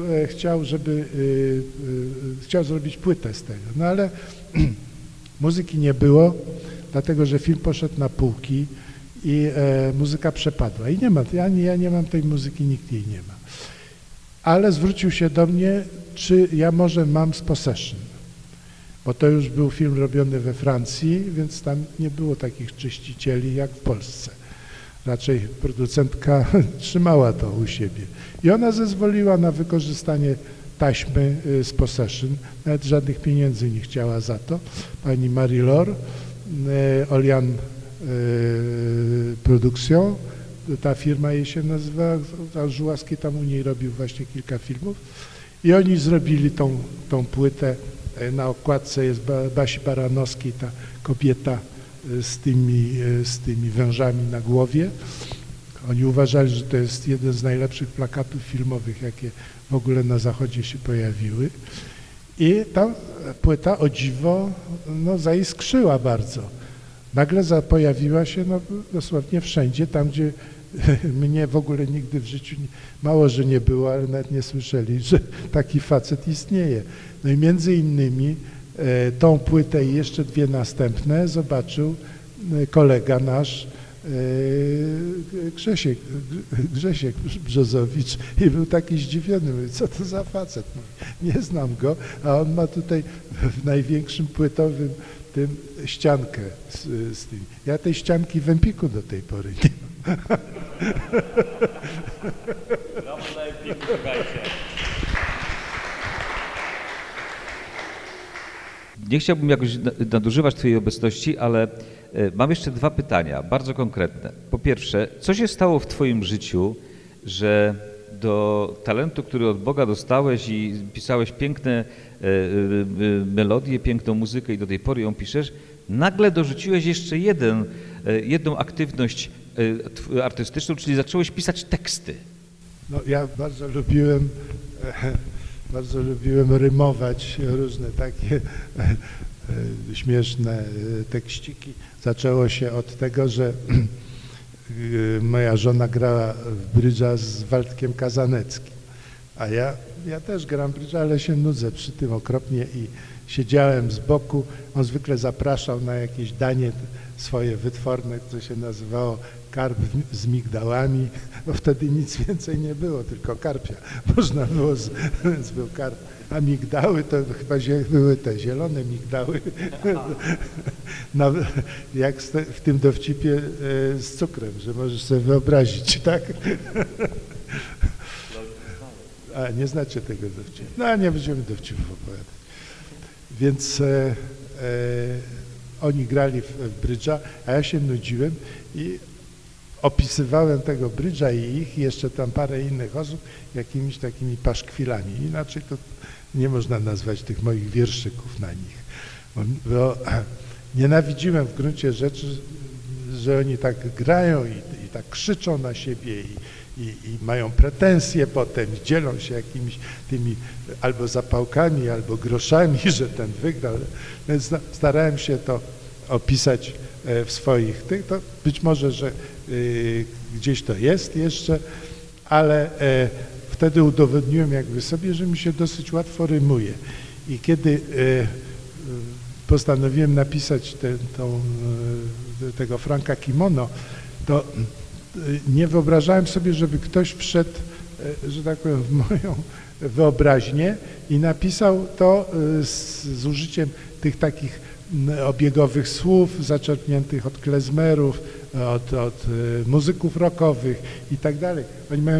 chciał zrobić płytę z tego, ale muzyki nie było, dlatego że film poszedł na półki i muzyka przepadła. I nie ma, ja nie mam tej muzyki, nikt jej nie ma. Ale zwrócił się do mnie, czy ja może mam z Possession, bo to już był film robiony we Francji, więc tam nie było takich czyścicieli jak w Polsce. Raczej producentka trzymała to u siebie. I ona zezwoliła na wykorzystanie taśmy z Possession, nawet żadnych pieniędzy nie chciała za to. Pani Marie-Laure, Olian Production, ta firma jej się nazywa, a Żuławski tam u niej robił właśnie kilka filmów i oni zrobili tą płytę. Na okładce jest Basi Baranowskiej, ta kobieta z tymi wężami na głowie, Oni uważali, że to jest jeden z najlepszych plakatów filmowych, jakie w ogóle na Zachodzie się pojawiły. I ta płyta, o dziwo, no, zaiskrzyła bardzo. Nagle pojawiła się no, dosłownie wszędzie, tam gdzie mnie w ogóle nigdy w życiu, mało że nie było, ale nawet nie słyszeli, że taki facet istnieje. No i między innymi tą płytę i jeszcze dwie następne zobaczył kolega nasz, Grzesiek Brzozowicz, i był taki zdziwiony, mówi, co to za facet, mówi, nie znam go, a on ma tutaj w największym płytowym tym ściankę z tym. Ja tej ścianki w Empiku do tej pory nie mam. Brawo dla Empiku, słuchajcie. Nie chciałbym jakoś nadużywać Twojej obecności, ale mam jeszcze dwa pytania, bardzo konkretne. Po pierwsze, co się stało w Twoim życiu, że do talentu, który od Boga dostałeś i pisałeś piękne melodie, piękną muzykę i do tej pory ją piszesz, nagle dorzuciłeś jeszcze jedną aktywność artystyczną, czyli zacząłeś pisać teksty. No, ja bardzo lubiłem rymować różne takie śmieszne tekściki. Zaczęło się od tego, że moja żona grała w brydża z Waldkiem Kazaneckim, a ja też gram w brydża, ale się nudzę przy tym okropnie i siedziałem z boku. On zwykle zapraszał na jakieś danie swoje wytworne, co się nazywało karp z migdałami, bo wtedy nic więcej nie było, tylko karpia można było, więc był karp. A migdały to chyba były te zielone migdały, jak w tym dowcipie z cukrem, że możesz sobie wyobrazić, tak? A nie znacie tego dowcipu. No, nie będziemy dowcipów opowiadać. Więc oni grali w brydża, a ja się nudziłem i opisywałem tego brydża i ich, i jeszcze tam parę innych osób jakimiś takimi paszkwilami. Inaczej to nie można nazwać tych moich wierszyków na nich. Bo nienawidziłem w gruncie rzeczy, że oni tak grają i tak krzyczą na siebie i mają pretensje potem, dzielą się jakimiś tymi albo zapałkami, albo groszami, że ten wygrał. Więc starałem się to opisać w swoich tych, to być może, że gdzieś to jest jeszcze, ale wtedy udowodniłem jakby sobie, że mi się dosyć łatwo rymuje. I kiedy postanowiłem napisać tego Franka Kimono, to nie wyobrażałem sobie, żeby ktoś wszedł, że tak powiem, w moją wyobraźnię i napisał to z użyciem tych takich obiegowych słów zaczerpniętych od klezmerów, od muzyków rockowych i tak dalej. Oni mają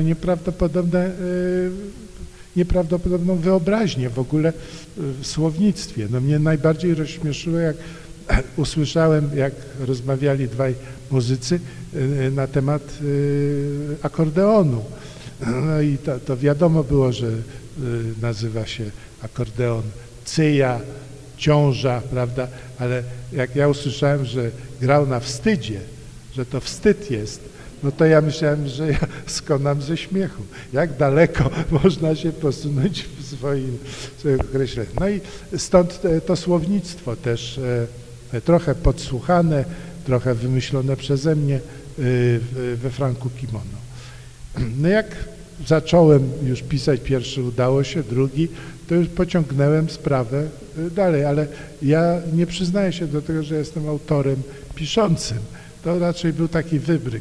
nieprawdopodobną wyobraźnię w ogóle w słownictwie. No mnie najbardziej rozśmieszyło, jak usłyszałem, jak rozmawiali dwaj muzycy na temat akordeonu. No i to wiadomo było, że nazywa się akordeon cyja, ciąża, prawda? Ale jak ja usłyszałem, że grał na wstydzie, że to wstyd jest, no to ja myślałem, że ja skonam ze śmiechu. Jak daleko można się posunąć w swoim określeniu. No i stąd to słownictwo też trochę podsłuchane, trochę wymyślone przeze mnie we Franku Kimono. No jak zacząłem już pisać pierwszy, udało się, drugi, to już pociągnąłem sprawę dalej, ale ja nie przyznaję się do tego, że jestem autorem piszącym. To raczej był taki wybryk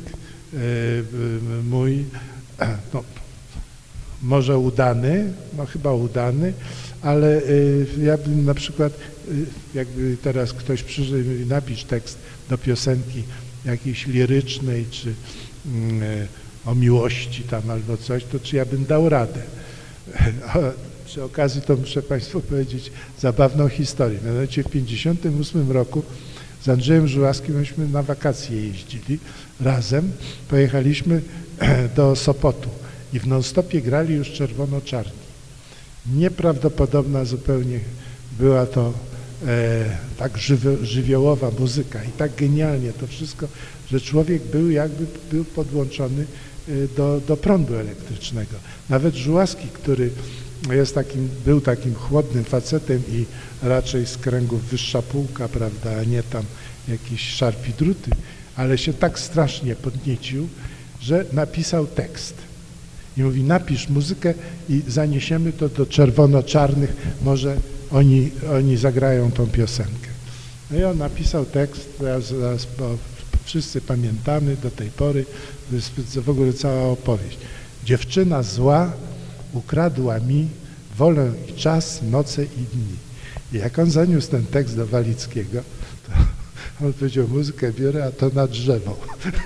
mój, no, może udany, no chyba udany, ale ja bym na przykład, jakby teraz ktoś przyszedł i napisz tekst do piosenki jakiejś lirycznej, czy o miłości tam albo coś, to czy ja bym dał radę. Przy okazji to muszę Państwu powiedzieć zabawną historię. Mianowicie w 1958 roku z Andrzejem Żuławskim myśmy na wakacje jeździli razem. Pojechaliśmy do Sopotu i w non-stopie grali już Czerwono-Czarni. Nieprawdopodobna zupełnie była to tak żywiołowa muzyka i tak genialnie to wszystko, że człowiek był podłączony do prądu elektrycznego. Nawet Żuławski, który był takim chłodnym facetem i raczej z kręgów wyższa półka, prawda, a nie tam jakieś szarpi druty, ale się tak strasznie podniecił, że napisał tekst. I mówi, napisz muzykę i zaniesiemy to do czerwono-czarnych, może oni zagrają tą piosenkę. No i on napisał tekst, bo wszyscy pamiętamy do tej pory, to jest w ogóle cała opowieść. Dziewczyna zła ukradła mi wolę i czas, noce i dni. I jak on zaniósł ten tekst do Walickiego, to on powiedział, muzykę biorę, a to na drzewo.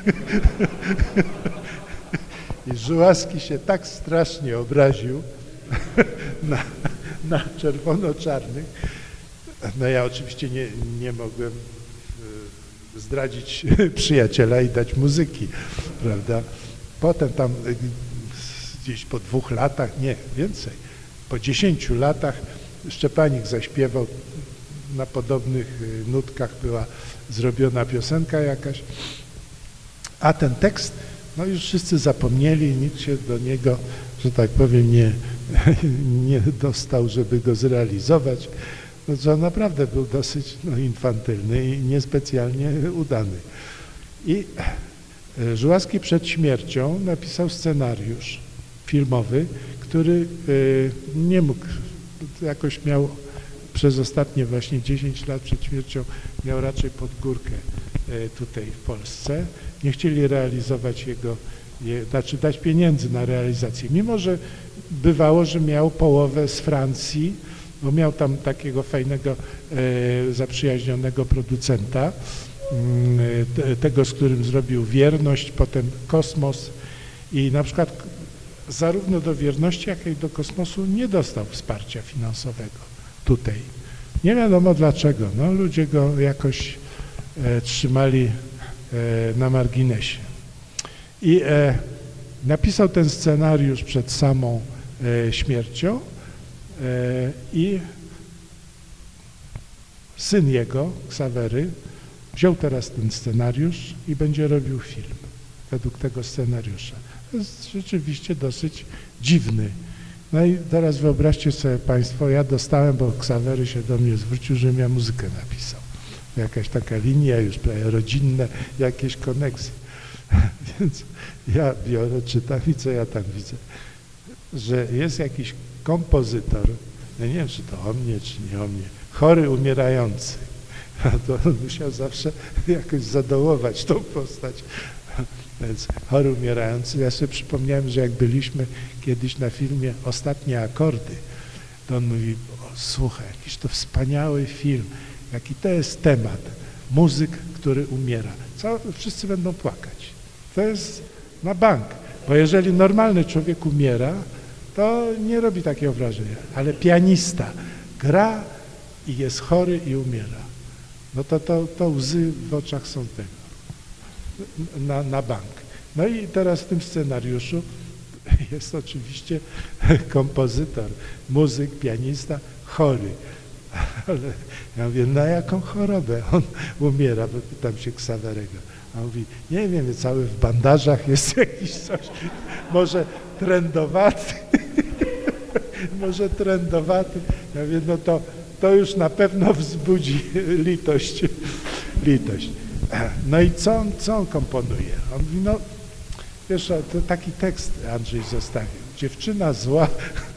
I Żuławski się tak strasznie obraził na czerwono-czarnych. No ja oczywiście nie mogłem zdradzić przyjaciela i dać muzyki, prawda. Potem tam gdzieś po 2 latach, nie, więcej, po 10 latach Szczepanik zaśpiewał, na podobnych nutkach była zrobiona piosenka jakaś, a ten tekst, no już wszyscy zapomnieli, nikt się do niego, że tak powiem, nie dostał, żeby go zrealizować. No co naprawdę był dosyć infantylny i niespecjalnie udany. I Żuławski przed śmiercią napisał scenariusz filmowy, który nie mógł, jakoś miał przez ostatnie właśnie 10 lat przed śmiercią, miał raczej pod górkę tutaj w Polsce. Nie chcieli realizować znaczy dać pieniędzy na realizację, mimo że bywało, że miał połowę z Francji, bo miał tam takiego fajnego, zaprzyjaźnionego producenta, tego, z którym zrobił Wierność, potem Kosmos i na przykład zarówno do Wierności, jak i do Kosmosu nie dostał wsparcia finansowego tutaj. Nie wiadomo dlaczego, no ludzie go jakoś trzymali na marginesie. I napisał ten scenariusz przed samą śmiercią i syn jego, Ksawery, wziął teraz ten scenariusz i będzie robił film według tego scenariusza. To jest rzeczywiście dosyć dziwny. No i teraz wyobraźcie sobie Państwo, ja dostałem, bo Ksawery się do mnie zwrócił, żebym ja muzykę napisał. Jakaś taka linia już prawie rodzinne, jakieś koneksje. Więc ja biorę, czytam i co ja tam widzę? Że jest jakiś kompozytor, ja nie wiem, czy to o mnie, czy nie o mnie, chory, umierający. To on musiał zawsze jakoś zadołować tą postać. Więc chory, umierający. Ja sobie przypomniałem, że jak byliśmy kiedyś na filmie Ostatnie akordy, to on mówi, słuchaj, jakiś to wspaniały film, jaki to jest temat, muzyk, który umiera. Wszyscy będą płakać. To jest na bank, bo jeżeli normalny człowiek umiera, to nie robi takiego wrażenia, ale pianista gra i jest chory i umiera. No to łzy w oczach są tego, na bank. No i teraz w tym scenariuszu jest oczywiście kompozytor, muzyk, pianista, chory. Ale ja mówię, na jaką chorobę on umiera, bo pytam się Ksawerego. A on mówi, nie wiem, cały w bandażach jest jakiś coś, może trędowaty, może trędowaty. Ja mówię, no to już na pewno wzbudzi litość. No i co on komponuje? On mówi, no wiesz, to taki tekst Andrzej zostawił. Dziewczyna zła.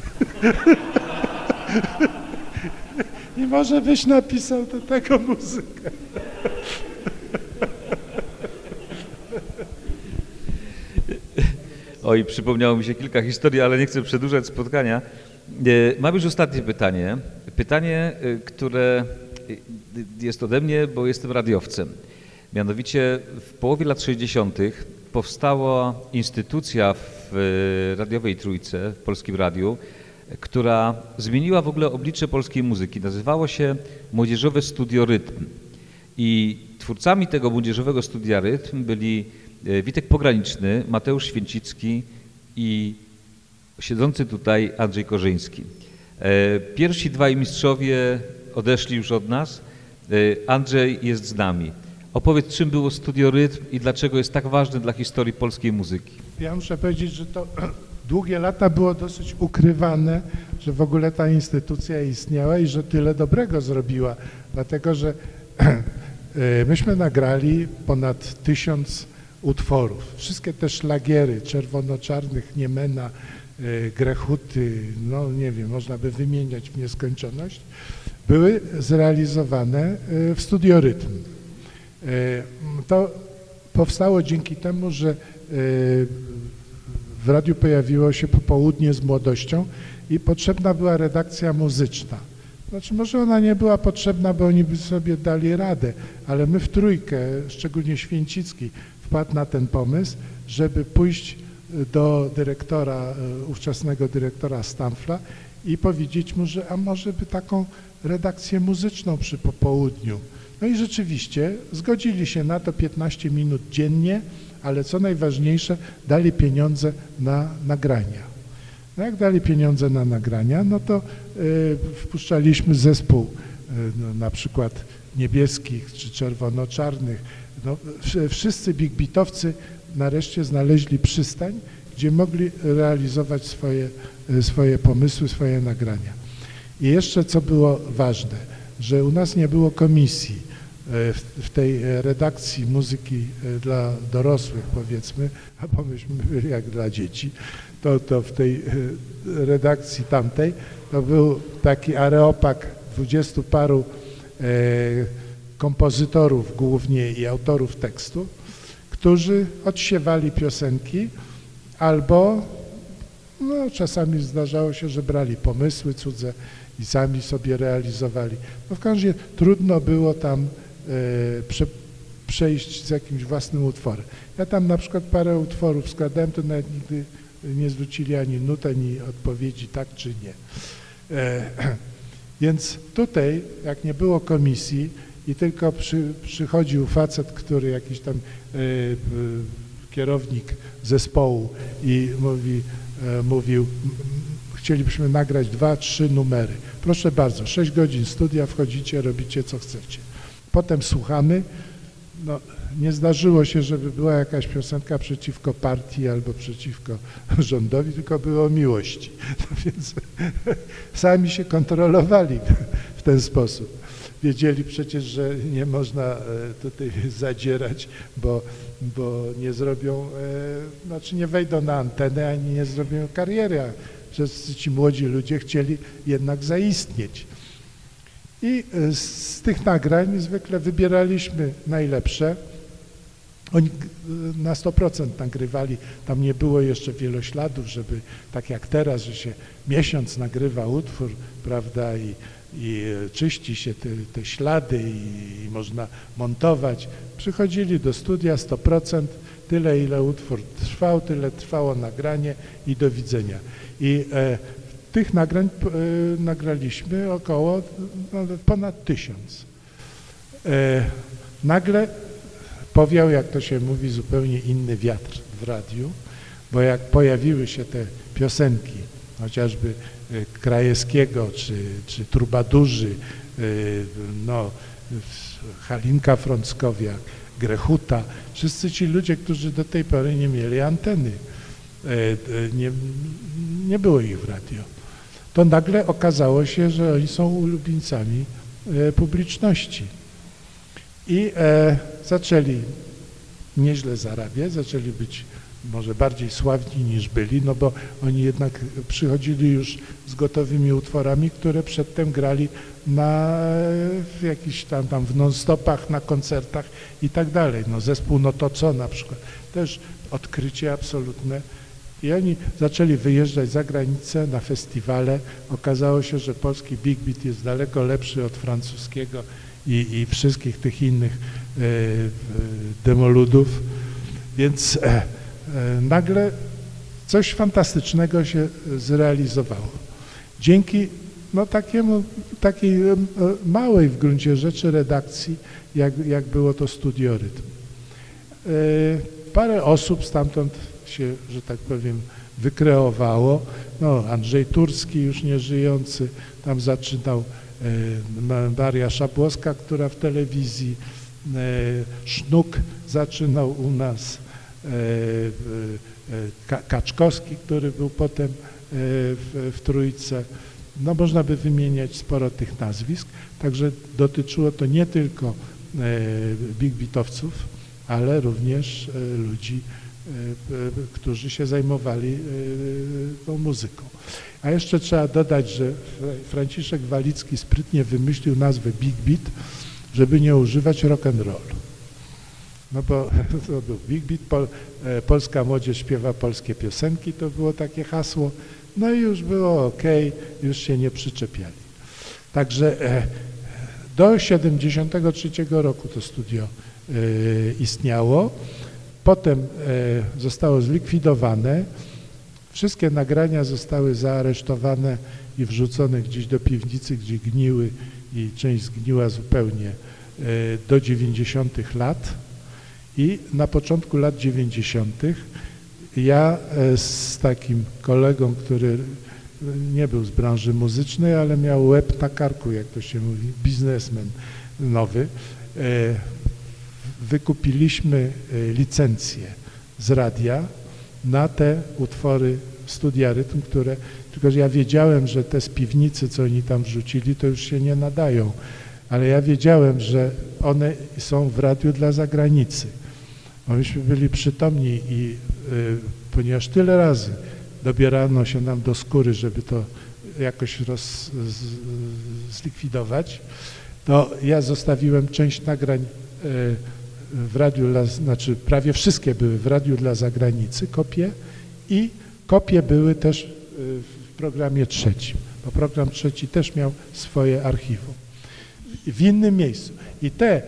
I może byś napisał do tego muzykę. Oj, przypomniało mi się kilka historii, ale nie chcę przedłużać spotkania. Mam już ostatnie pytanie. Pytanie, które jest ode mnie, bo jestem radiowcem. Mianowicie w połowie lat 60. powstała instytucja w radiowej Trójce, w Polskim Radiu, która zmieniła w ogóle oblicze polskiej muzyki. Nazywało się Młodzieżowe Studio Rytm. I twórcami tego Młodzieżowego Studia Rytm byli Witek Pograniczny, Mateusz Święcicki i siedzący tutaj Andrzej Korzyński. Pierwsi dwaj mistrzowie odeszli już od nas. Andrzej jest z nami. Opowiedz, czym było Studio Rytm i dlaczego jest tak ważne dla historii polskiej muzyki. Ja muszę powiedzieć, że to długie lata było dosyć ukrywane, że w ogóle ta instytucja istniała i że tyle dobrego zrobiła, dlatego że myśmy nagrali ponad 1000 utworów. Wszystkie te szlagiery Czerwono-Czarnych, Niemena, Grechuty, no nie wiem, można by wymieniać w nieskończoność, były zrealizowane w Studio Rytm. To powstało dzięki temu, że w radiu pojawiło się Popołudnie z młodością i potrzebna była redakcja muzyczna. Znaczy może ona nie była potrzebna, bo oni by sobie dali radę, ale my w trójkę, szczególnie Święcicki, wpadł na ten pomysł, żeby pójść do dyrektora, ówczesnego dyrektora Stamfla i powiedzieć mu, że a może by taką redakcję muzyczną przy Popołudniu. No i rzeczywiście zgodzili się na to 15 minut dziennie, ale co najważniejsze, dali pieniądze na nagrania. No jak dali pieniądze na nagrania, no to wpuszczaliśmy zespół na przykład Niebieskich czy Czerwono-Czarnych. No, wszyscy big beatowcy nareszcie znaleźli przystań, gdzie mogli realizować swoje pomysły, swoje nagrania. I jeszcze co było ważne, że u nas nie było komisji w tej redakcji muzyki dla dorosłych, powiedzmy, a myśmy byli jak dla dzieci, to w tej redakcji tamtej to był taki areopag 20 paru kompozytorów głównie i autorów tekstu, którzy odsiewali piosenki albo no, czasami zdarzało się, że brali pomysły cudze i sami sobie realizowali. No w każdym razie trudno było tam przejść z jakimś własnym utworem. Ja tam na przykład parę utworów składałem, to nawet nigdy nie zwrócili ani nut, ani odpowiedzi tak czy nie. Więc tutaj, jak nie było komisji i tylko przychodził facet, który jakiś tam kierownik zespołu i mówił, chcielibyśmy nagrać 2-3 numery. Proszę bardzo, 6 godzin studia, wchodzicie, robicie co chcecie. Potem słuchamy. No, nie zdarzyło się, żeby była jakaś piosenka przeciwko partii albo przeciwko rządowi, tylko było o miłości. No więc sami się kontrolowali w ten sposób. Wiedzieli przecież, że nie można tutaj zadzierać, bo nie zrobią, znaczy nie wejdą na antenę, ani nie zrobią kariery, a że ci młodzi ludzie chcieli jednak zaistnieć. I z tych nagrań zwykle wybieraliśmy najlepsze. Oni na 100% nagrywali, tam nie było jeszcze wielośladów, żeby tak jak teraz, że się miesiąc nagrywa utwór, prawda, i czyści się te ślady i można montować. Przychodzili do studia 100%, tyle ile utwór trwał, tyle trwało nagranie i do widzenia. I tych nagrań nagraliśmy około ponad 1000. Nagle powiał, jak to się mówi, zupełnie inny wiatr w radiu, bo jak pojawiły się te piosenki, chociażby Krajewskiego czy Trubadurzy, no, Halinka Frąckowiak, Grechuta, wszyscy ci ludzie, którzy do tej pory nie mieli anteny, nie było ich w radio. To nagle okazało się, że oni są ulubieńcami publiczności. I zaczęli nieźle zarabiać, zaczęli być może bardziej sławni niż byli, no bo oni jednak przychodzili już z gotowymi utworami, które przedtem grali w jakichś tam w non-stopach, na koncertach i tak dalej. No zespół No to co na przykład, też odkrycie absolutne. I oni zaczęli wyjeżdżać za granicę na festiwale. Okazało się, że polski big beat jest daleko lepszy od francuskiego i wszystkich tych innych demoludów. Więc nagle coś fantastycznego się zrealizowało. Dzięki no, takiej małej w gruncie rzeczy redakcji, jak było to Studio Rytm. Parę osób stamtąd się, że tak powiem, wykreowało. No, Andrzej Turski, już nieżyjący, tam zaczynał, Maria Szabłowska, która w telewizji, Sznuk zaczynał u nas, Kaczkowski, który był potem w Trójce. No można by wymieniać sporo tych nazwisk, także dotyczyło to nie tylko big beatowców, ale również ludzi, którzy się zajmowali tą muzyką. A jeszcze trzeba dodać, że Franciszek Walicki sprytnie wymyślił nazwę Big Beat, żeby nie używać rock and roll. No bo to był Big Beat, polska młodzież śpiewa polskie piosenki, to było takie hasło, no i już było ok, już się nie przyczepiali. Także do 73 roku to studio istniało, potem zostało zlikwidowane, wszystkie nagrania zostały zaaresztowane i wrzucone gdzieś do piwnicy, gdzie gniły i część zgniła zupełnie do 90 lat i na początku lat 90 ja z takim kolegą, który nie był z branży muzycznej, ale miał łeb na karku, jak to się mówi, biznesmen nowy, wykupiliśmy licencję z radia na te utwory Studia Rytm, które, tylko że ja wiedziałem, że te z piwnicy, co oni tam wrzucili, to już się nie nadają, ale ja wiedziałem, że one są w radiu dla zagranicy. Bo myśmy byli przytomni i ponieważ tyle razy dobierano się nam do skóry, żeby to jakoś zlikwidować, to ja zostawiłem część nagrań w radiu, znaczy prawie wszystkie były w radiu dla zagranicy, kopie i kopie były też w programie trzecim, bo program trzeci też miał swoje archiwum w innym miejscu. I te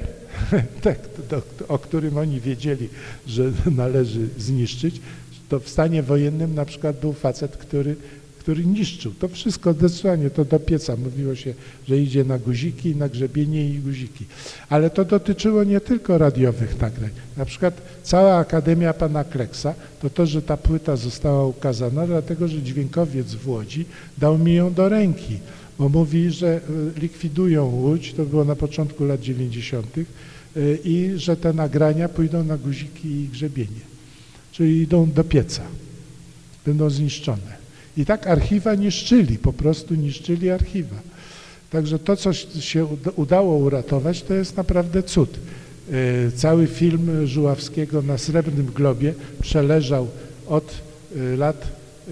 o którym oni wiedzieli, że należy zniszczyć, to w stanie wojennym na przykład był facet, który niszczył. To wszystko zdecydowanie to do pieca. Mówiło się, że idzie na guziki, na grzebienie i guziki. Ale to dotyczyło nie tylko radiowych nagrań. Na przykład cała Akademia Pana Kleksa, to, że ta płyta została ukazana, dlatego, że dźwiękowiec w Łodzi dał mi ją do ręki, bo mówi, że likwidują Łódź, to było na początku lat 90. I że te nagrania pójdą na guziki i grzebienie, czyli idą do pieca, będą zniszczone. I tak archiwa niszczyli, po prostu niszczyli archiwa. Także to, co się udało uratować, to jest naprawdę cud. Cały film Żuławskiego na Srebrnym Globie przeleżał od lat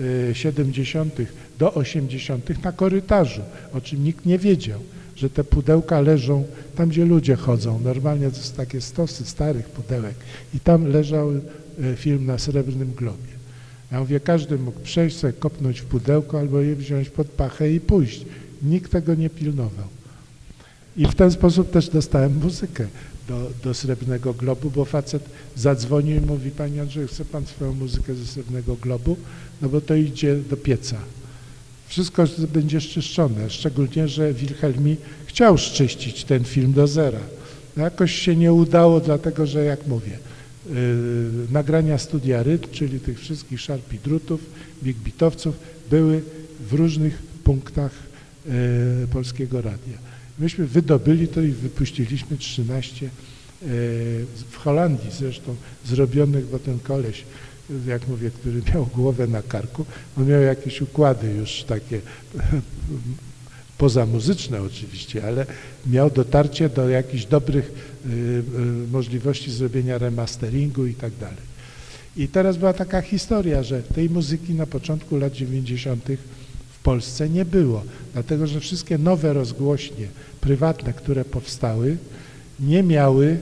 70. do 80. na korytarzu, o czym nikt nie wiedział, że te pudełka leżą tam, gdzie ludzie chodzą. Normalnie to są takie stosy starych pudełek i tam leżał film na Srebrnym Globie. Ja mówię, każdy mógł przejść sobie, kopnąć w pudełko albo je wziąć pod pachę i pójść. Nikt tego nie pilnował. I w ten sposób też dostałem muzykę do Srebrnego Globu, bo facet zadzwonił i mówi, panie Andrzeju, chce pan swoją muzykę ze Srebrnego Globu? No bo to idzie do pieca. Wszystko będzie szczyszczone, szczególnie, że Wilhelmi chciał szczyścić ten film do zera. No jakoś się nie udało, dlatego że, jak mówię, nagrania Studia Rytm, czyli tych wszystkich szarpidrutów, big beatowców, były w różnych punktach Polskiego Radia. Myśmy wydobyli to i wypuściliśmy 13 w Holandii zresztą zrobionych, bo ten koleś, jak mówię, który miał głowę na karku, on miał jakieś układy już takie pozamuzyczne oczywiście, ale miał dotarcie do jakichś dobrych możliwości zrobienia remasteringu i tak dalej. I teraz była taka historia, że tej muzyki na początku lat 90. w Polsce nie było, dlatego że wszystkie nowe rozgłośnie prywatne, które powstały, nie miały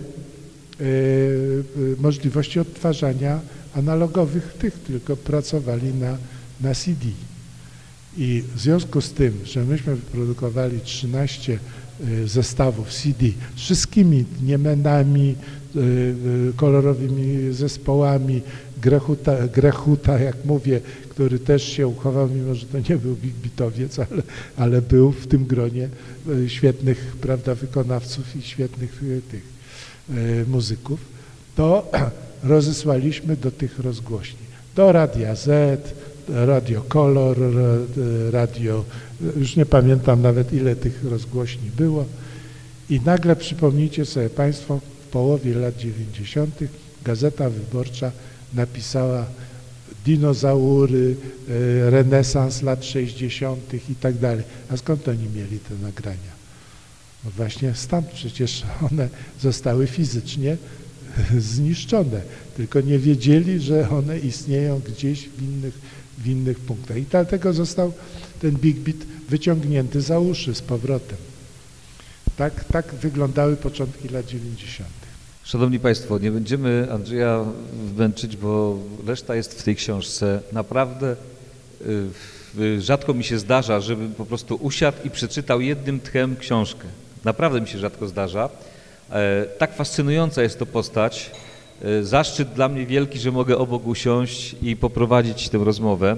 możliwości odtwarzania analogowych tylko pracowali na CD. I w związku z tym, że myśmy wyprodukowali 13 zestawów CD z wszystkimi niemenami, kolorowymi zespołami, Grechuta, jak mówię, który też się uchował, mimo że to nie był big beatowiec, ale był w tym gronie świetnych, prawda, wykonawców i świetnych tych muzyków, to rozesłaliśmy do tych rozgłośni, do Radia Z, Radio Kolor, radio, już nie pamiętam nawet ile tych rozgłośni było i nagle przypomnijcie sobie Państwo, połowie lat 90. Gazeta Wyborcza napisała dinozaury, renesans lat 60. i tak dalej. A skąd oni mieli te nagrania? No właśnie stąd, przecież one zostały fizycznie zniszczone, tylko nie wiedzieli, że one istnieją gdzieś w innych punktach. I dlatego został ten Big Beat wyciągnięty za uszy z powrotem. Tak wyglądały początki lat 90. Szanowni Państwo, nie będziemy Andrzeja męczyć, bo reszta jest w tej książce. Naprawdę rzadko mi się zdarza, żebym po prostu usiadł i przeczytał jednym tchem książkę. Naprawdę mi się rzadko zdarza. Tak fascynująca jest to postać. Zaszczyt dla mnie wielki, że mogę obok usiąść i poprowadzić tę rozmowę.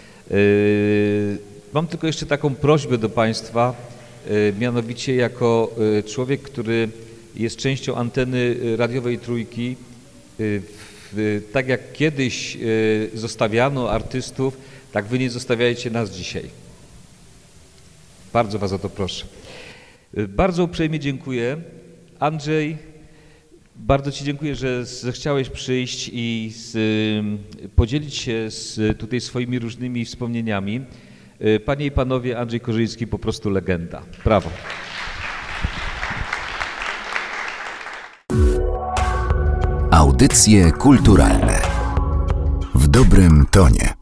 Mam tylko jeszcze taką prośbę do Państwa, mianowicie jako człowiek, który jest częścią anteny radiowej Trójki, tak jak kiedyś zostawiano artystów, tak wy nie zostawiajcie nas dzisiaj. Bardzo was o to proszę. Bardzo uprzejmie dziękuję. Andrzej, bardzo ci dziękuję, że zechciałeś przyjść i podzielić się tutaj swoimi różnymi wspomnieniami. Panie i panowie, Andrzej Korzyński po prostu legenda. Brawo. Audycje kulturalne w dobrym tonie.